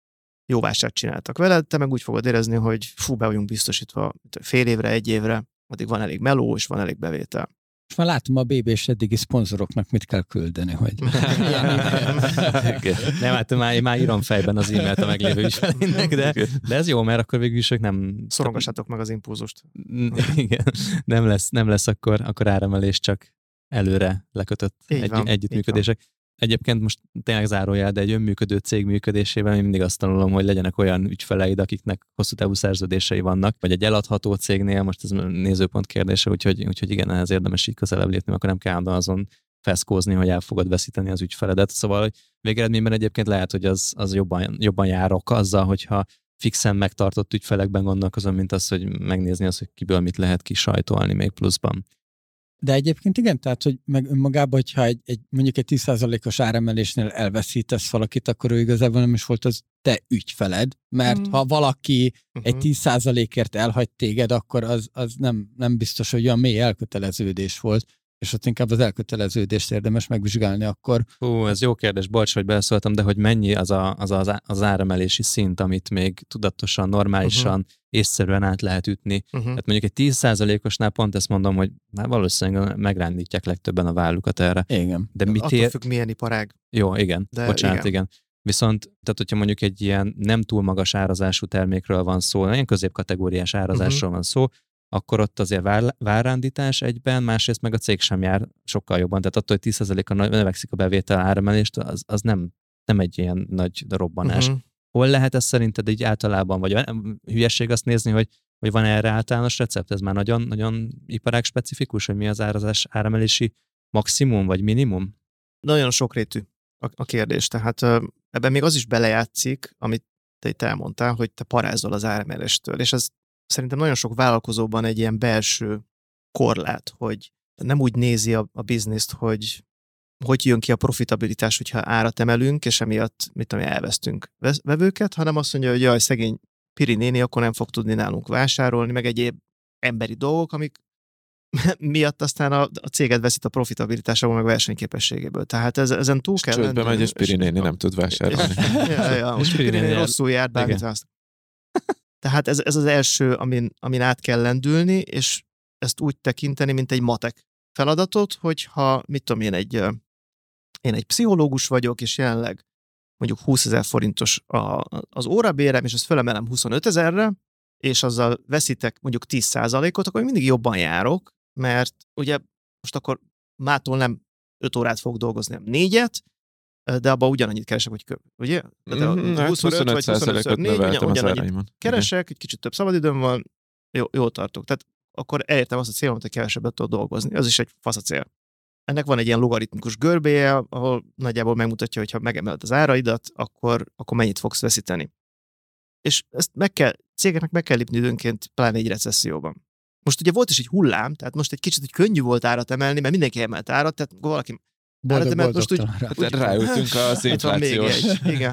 jó vásárt csináltak vele, te meg úgy fogod érezni, hogy fú, be vagyunk biztosítva fél évre, egy évre, addig van elég meló, és van elég bevétel. Most már látom a bé bé és eddigi szponzoroknak mit kell küldeni, hogy... nem, hát már, már írom fejben az e-mailt a meglévő ügyfeleinknek, de, de ez jó, mert akkor végül is ők nem... Szorongassátok meg az impulzust. Igen, nem lesz, nem lesz akkor, akkor áremelés, csak előre lekötött egy, van, együttműködések. Egyébként most tényleg zárójel, de egy önműködő cég működésében én mindig azt tanulom, hogy legyenek olyan ügyfeleid, akiknek hosszú távú szerződései vannak, vagy egy eladható cégnél, most ez nézőpont kérdése, úgyhogy, úgyhogy igen, ehhez érdemes így közelebb lépni, akkor nem kell azon feszkózni, hogy el fogod veszíteni az ügyfeledet. Szóval hogy végeredményben egyébként lehet, hogy az, az jobban, jobban járok azzal, hogyha fixen megtartott ügyfelekben gondolkozom, mint az, hogy megnézni azt, hogy kiből mit lehet kisajtolni még pluszban. De egyébként igen, tehát, hogy meg önmagában, hogyha egy, egy, mondjuk egy tíz százalékos áremelésnél elveszítesz valakit, akkor ő igazából nem is volt az te ügyfeled, mert mm. ha valaki uh-huh. egy tíz százalékért elhagy téged, akkor az, az nem, nem biztos, hogy olyan mély elköteleződés volt, és ott inkább az elköteleződést érdemes megvizsgálni akkor. Hú, ez jó kérdés, bocs, hogy beleszóltam, de hogy mennyi az a, az, a, az áremelési szint, amit még tudatosan, normálisan, uh-huh. észszerűen át lehet ütni. Uh-huh. Hát mondjuk egy tíz százalékosnál pont ezt mondom, hogy már valószínűleg megrándítják legtöbben a vállukat erre. Igen. De mit ér... Attól függ, milyen iparág. Jó, igen, de bocsánat, igen. igen. Viszont, tehát hogyha mondjuk egy ilyen nem túl magas árazású termékről van szó, ilyen középkategóriás árazásról uh-huh. van szó, akkor ott azért vár, várrándítás egyben, másrészt meg a cég sem jár sokkal jobban. Tehát attól, hogy tíz százalékkal növekszik a bevétel áremelést, az, az nem nem egy ilyen nagy robbanás. Uh-huh. Hol lehet ez szerinted így általában, vagy hülyeség azt nézni, hogy, hogy van erre általános recept? Ez már nagyon, nagyon iparág specifikus, hogy mi az árazás áremelési maximum, vagy minimum? Nagyon sokrétű a, a kérdés. Tehát ebben még az is belejátszik, amit te itt elmondtál, hogy te parázol az áremeléstől, és ez szerintem nagyon sok vállalkozóban egy ilyen belső korlát, hogy nem úgy nézi a, a bizniszt, hogy hogy jön ki a profitabilitás, hogyha árat emelünk, és emiatt, mit tudom, elvesztünk vevőket, hanem azt mondja, hogy jaj, szegény Piri néni, akkor nem fog tudni nálunk vásárolni, meg egyéb emberi dolgok, amik miatt aztán a, a céged veszít a profitabilitásából, meg versenyképességéből. Tehát ez, ezen túl kell lennünk. Csődbe megy, és Piri néni nem tud vásárolni. ja, ja, most Piri néni rosszul járt, bármit azt. Tehát ez, ez az első, amin, amin át kell lendülni, és ezt úgy tekinteni, mint egy matek feladatot, hogyha, mit tudom én, egy, én egy pszichológus vagyok, és jelenleg mondjuk húszezer forintos a, az órabérem, és ezt fölemelem huszonötezerre, és azzal veszitek mondjuk tíz százalékot, akkor mindig jobban járok, mert ugye most akkor mától nem öt órát fogok dolgozni, nem négyet, de abban ugyanannyit keresek, hogy köv, ugye? Mm-hmm, huszonöt százalékot növeltem az áraimon. Keresek, egy kicsit több szabadidőm van, jó, jól tartok. Tehát akkor elértem azt a célomat, hogy kevesebbet tudok dolgozni. Az is egy fasz a cél. Ennek van egy ilyen logaritmikus görbéje, ahol nagyjából megmutatja, hogy ha megemeled az áraidat, akkor, akkor mennyit fogsz veszíteni. És ezt meg kell, cégeknek meg kell lépni időnként, pláne egy recesszióban. Most ugye volt is egy hullám, tehát most egy kicsit hogy könnyű volt árat emelni, mert mindenki emelt árat, tehát valaki árat emelt, most úgy... Hát ráültünk az inflációs igen.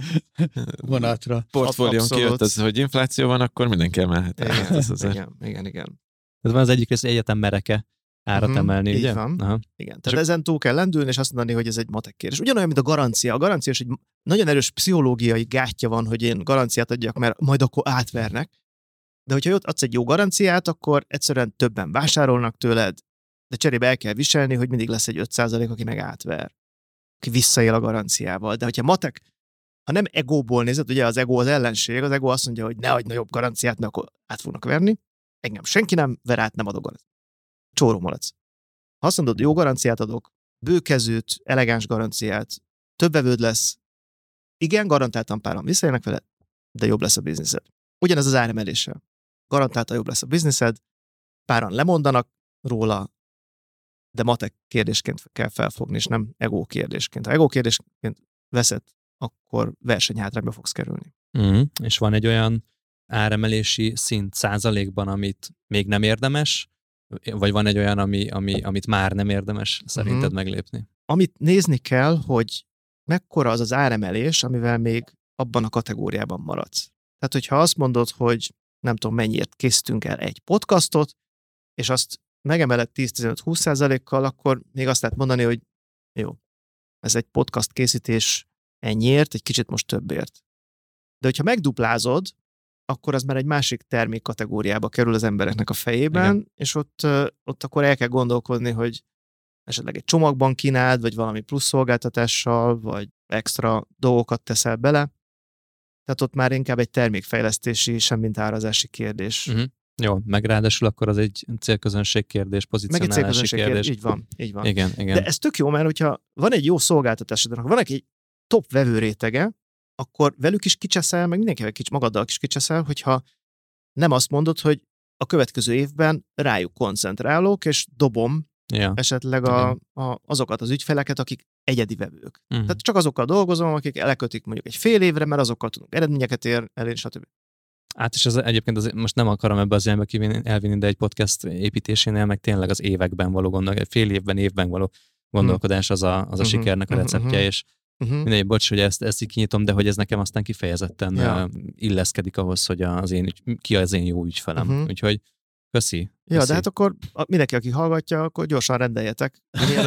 vonatra. Portfólión kijött az, hogy infláció van, akkor mindenki emelhet. Igen, hát az igen, igen, igen. Ez van az egyik rész, hogy egyetem mereke árat uh-huh, emelni, így ugye? Van. Aha. Igen. Tehát ezen túl kell lendülni, és azt mondani, hogy ez egy matek kérdés. Ugyanolyan, mint a garancia. A garancia is egy nagyon erős pszichológiai gátja van, hogy én garanciát adjak, mert majd akkor átvernek. De hogyha ott adsz egy jó garanciát, akkor egyszerűen többen vásárolnak tőled, de cserébe el kell viselni, hogy mindig lesz egy öt százalék, aki meg átver. Aki visszaél a garanciával. De hogyha matek, ha nem egóból nézed, ugye az ego az ellenség, az ego azt mondja, hogy ne adj nagyobb garanciát, mert akkor át fognak verni. Engem senki nem ver át, nem adok garanciát. Csóró malac. Ha azt mondod, jó garanciát adok, bőkezőt, elegáns garanciát, több vevőd lesz, igen, garantáltan páran visszajönnek vele, de jobb lesz a bizniszed. Ugyanez az áremeléssel. Garantáltan jobb lesz a bizniszed, páran lemondanak róla, de matek kérdésként kell felfogni, és nem ego kérdésként. Ha ego kérdésként veszed, akkor versenyhátrányba fogsz kerülni. Mm, és van egy olyan áremelési szint százalékban, amit még nem érdemes, vagy van egy olyan, ami, ami, amit már nem érdemes szerinted uh-huh. meglépni? Amit nézni kell, hogy mekkora az az áremelés, amivel még abban a kategóriában maradsz. Tehát, hogyha azt mondod, hogy nem tudom mennyiért készítünk el egy podcastot, és azt megemeled tíz-tizenöt-húsz százalékkal, akkor még azt lehet mondani, hogy jó, ez egy podcast készítés ennyiért, egy kicsit most többért. De hogyha megduplázod, akkor az már egy másik termék kategóriába kerül az embereknek a fejében, igen. És ott, ott akkor el kell gondolkodni, hogy esetleg egy csomagban kínáld, vagy valami plusz szolgáltatással, vagy extra dolgokat teszel bele. Tehát ott már inkább egy termékfejlesztési, semmint árazási kérdés. Uh-huh. Jó, meg ráadásul akkor az egy célközönség kérdés, pozicionálási meg egy célközönség kérdés. kérdés. Így van, így van. Igen, igen. De ez tök jó, mert hogyha van egy jó szolgáltatásod, van egy top vevő rétege, akkor velük is kicseszel, meg mindenkivel kics, magaddal is kicseszel, hogyha nem azt mondod, hogy a következő évben rájuk koncentrálok, és dobom ja. esetleg a, a, azokat az ügyfeleket, akik egyedi vevők. Uh-huh. Tehát csak azokkal dolgozom, akik elekötik mondjuk egy fél évre, mert azokkal tudunk eredményeket ér, elérni, stb. Hát és ez egyébként az, most nem akarom ebbe az irányba elvinni, de egy podcast építésénél meg tényleg az években való gondolkodás, fél évben, évben való gondolkodás az a, az a uh-huh. sikernek a receptje, uh-huh. és Uh-huh. mindegy, bocs, hogy ezt, ezt így kinyitom, de hogy ez nekem aztán kifejezetten ja. illeszkedik ahhoz, hogy az én, ki az én jó ügyfelem. Uh-huh. Úgyhogy köszi. Ja, köszi. De hát akkor mindenki, aki hallgatja, akkor gyorsan rendeljetek.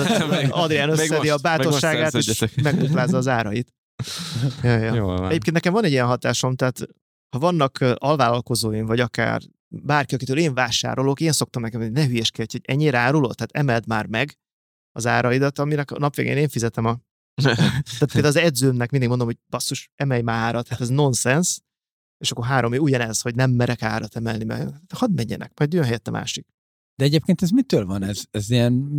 Adrián összedi a bátorságát, és megduplázza az árait. Ja, ja. Jól van. Egyébként nekem van egy ilyen hatásom, tehát ha vannak alvállalkozóim, vagy akár bárki, akitől én vásárolok, én szoktam nekem, hogy ne hülyeskedj, hogy ennyire árulod, tehát emeld már meg az áraidat, aminek a nap végén én fizetem a tehát például az edzőmnek mindig mondom, hogy basszus, emelj már árat, hát ez nonsens, és akkor három év ugyanez, hogy nem merek árat emelni, mert hadd menjenek, majd jön helyette másik. De egyébként ez mitől van? Ez, ez ilyen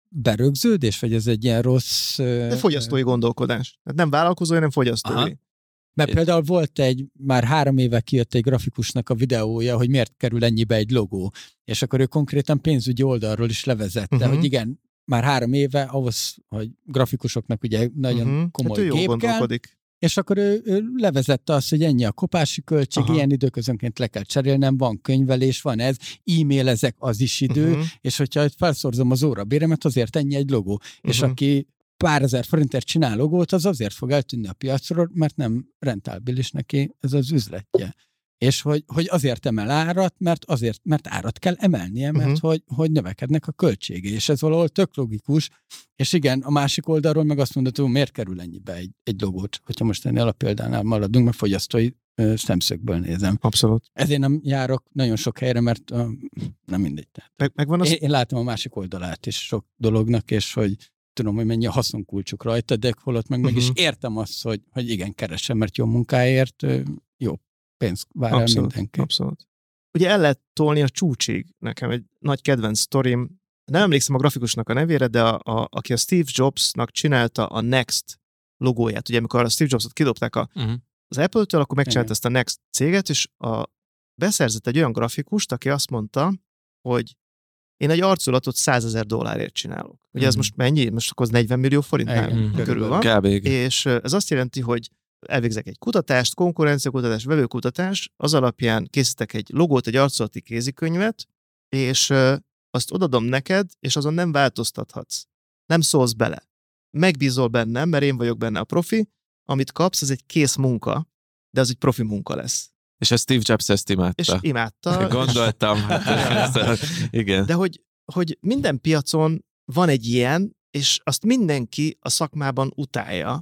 berögződés, vagy ez egy ilyen rossz... De fogyasztói gondolkodás. Hát nem vállalkozói, hanem fogyasztói. Aha. Mert például volt egy, már három éve kijött egy grafikusnak a videója, hogy miért kerül ennyibe egy logó. És akkor ő konkrétan pénzügyi oldalról is levezette, uh-huh. hogy igen, már három éve ahhoz, hogy grafikusoknak ugye nagyon uh-huh. komoly hát gép kell, és akkor ő, ő levezette azt, hogy ennyi a kopási költség, aha. ilyen időközönként le kell cserélnem, van könyvelés, van ez, e-mailezek, az is idő, uh-huh. és hogyha felszorzom az órabéremet, azért ennyi egy logó. Uh-huh. És aki pár ezer forintért csinál logót, az azért fog eltűnni a piacról, mert nem rentábilis neki ez az üzletje. És hogy, hogy azért emel árat, mert azért, mert árat kell emelnie, mert uh-huh. hogy, hogy növekednek a költségei. És ez valahol tök logikus. És igen, a másik oldalról meg azt mondod, hogy miért kerül ennyibe egy, egy logót, hogyha most ennél a példánál maradunk, mert fogyasztói ö, szemszögből nézem. Abszolút. Ezért nem járok nagyon sok helyre, mert ö, nem mindegy. Meg, megvan az... én, én látom a másik oldalát is sok dolognak, és hogy tudom, hogy mennyi a haszonkulcsuk rajta, de holott meg, uh-huh. meg is értem azt, hogy, hogy igen, keresem, mert jó munkáért ö, jó pénzt vár el mindenki. Abszolút. Ugye el lehet tolni a csúcsig. Nekem egy nagy kedvenc sztorim. Nem emlékszem a grafikusnak a nevére, de a, a, aki a Steve Jobsnak csinálta a Next logóját. Ugye amikor a Steve Jobsot kidobták a, uh-huh. az Apple-től, akkor megcsinálta ezt a Next céget, és a, beszerzett egy olyan grafikust, aki azt mondta, hogy én egy arculatot százezer dollárért csinálok. Ugye uh-huh. ez most mennyi? Most akkor az negyven millió forintnál uh-huh. körül van. Gábég. És ez azt jelenti, hogy elvégzek egy kutatást, konkurenciakutatás, vevőkutatás, az alapján készítek egy logót, egy arculati kézikönyvet, és azt odadom neked, és azon nem változtathatsz. Nem szólsz bele. Megbízol bennem, mert én vagyok benne a profi, amit kapsz, az egy kész munka, de az egy profi munka lesz. És a Steve Jobs ezt imádta. És imádta. Gondoltam. Hát, igen. De hogy, hogy minden piacon van egy ilyen, és azt mindenki a szakmában utálja,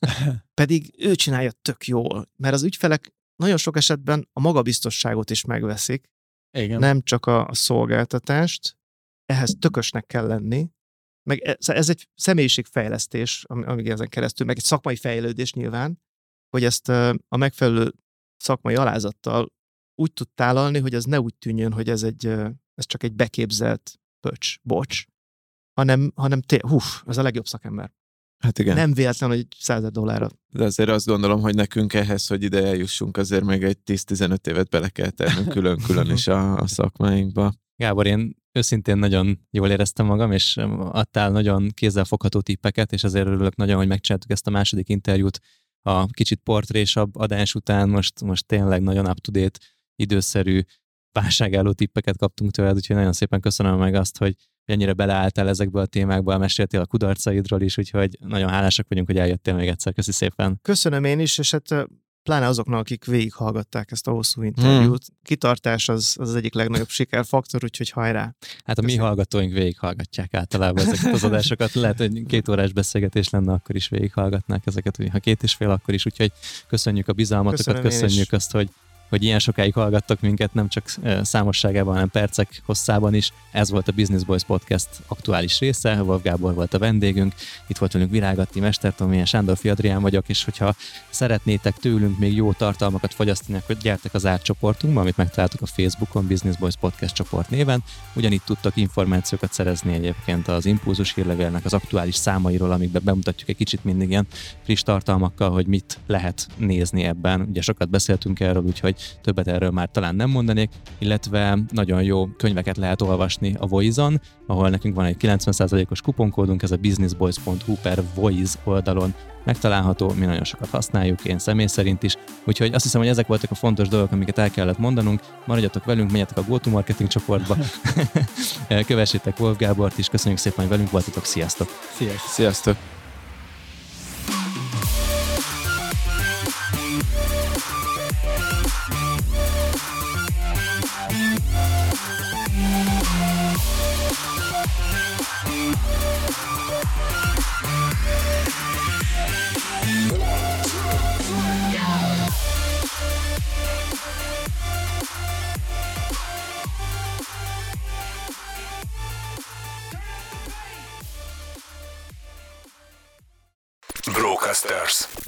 pedig ő csinálja tök jól, mert az ügyfelek nagyon sok esetben a magabiztosságot is megveszik, igen. nem csak a, a szolgáltatást, ehhez tökösnek kell lenni, meg ez, ez egy személyiségfejlesztés, amíg ezen keresztül, meg egy szakmai fejlődés nyilván, hogy ezt a megfelelő szakmai alázattal úgy tud tálalni, hogy ez ne úgy tűnjön, hogy ez, egy, ez csak egy beképzelt pöcs, bocs, hanem, hanem té- hú, ez a legjobb szakember. Hát igen. Nem véletlen, hogy százezer dollárra. De azért azt gondolom, hogy nekünk ehhez, hogy ide eljussunk, azért még egy tíz-tizenöt évet bele kell tennünk külön-külön is a, a szakmáinkba. Gábor, én őszintén nagyon jól éreztem magam, és adtál nagyon kézzelfogható tippeket, és azért örülök nagyon, hogy megcsináltuk ezt a második interjút a kicsit portrésabb adás után. Most, most tényleg nagyon up-to-date, időszerű, válságálló tippeket kaptunk tőled, úgyhogy nagyon szépen köszönöm meg azt, hogy ennyire beleálltál ezekbe a témákba, meséltél a kudarcaidról is, úgyhogy nagyon hálásak vagyunk, hogy eljöttél még egyszer. Köszi szépen. Köszönöm én is, és hát pláne azoknak, akik végighallgatták ezt a hosszú interjút. Hmm. Kitartás az, az az egyik legnagyobb sikerfaktor, úgyhogy hajrá. Hát a mi hallgatóink végighallgatják általában ezeket az adásokat. Lehet, hogy két órás beszélgetés lenne, akkor is végighallgatnák ezeket, ha két és fél, akkor is. Úgyhogy köszönjük a bizalmatokat, köszönöm köszönjük azt, hogy hogy ilyen sokáig hallgattak minket, nem csak számosságában, hanem percek hosszában is. Ez volt a Business Boys Podcast aktuális része, Wolf Gábor volt a vendégünk, itt volt velünk Virág Atti Mestertom, én Sándorfi Adrián vagyok, és hogyha szeretnétek tőlünk még jó tartalmakat fogyasztani, akkor gyertek az árcsoportunkba, amit megtaláltuk a Facebookon, Business Boys Podcast csoport néven. Ugyanitt tudtak információkat szerezni egyébként az Impulzus hírlevélnek az aktuális számairól, amikben bemutatjuk egy kicsit mindig ilyen friss tartalmakkal, hogy mit lehet nézni ebben. Ugye sokat beszéltünk erről, úgyhogy többet erről már talán nem mondanék, illetve nagyon jó könyveket lehet olvasni a Voice-on, ahol nekünk van egy kilencven százalékos kuponkódunk, ez a businessboys pont hu per Voice oldalon megtalálható, mi nagyon sokat használjuk, én személy szerint is, úgyhogy azt hiszem, hogy ezek voltak a fontos dolgok, amiket el kellett mondanunk. Maradjatok velünk, menjetek a GoToMarketing csoportba, kövessétek Wolf Gábort is, köszönjük szépen, hogy velünk voltatok, sziasztok! Sziasztok! Sziasztok. Brocasters.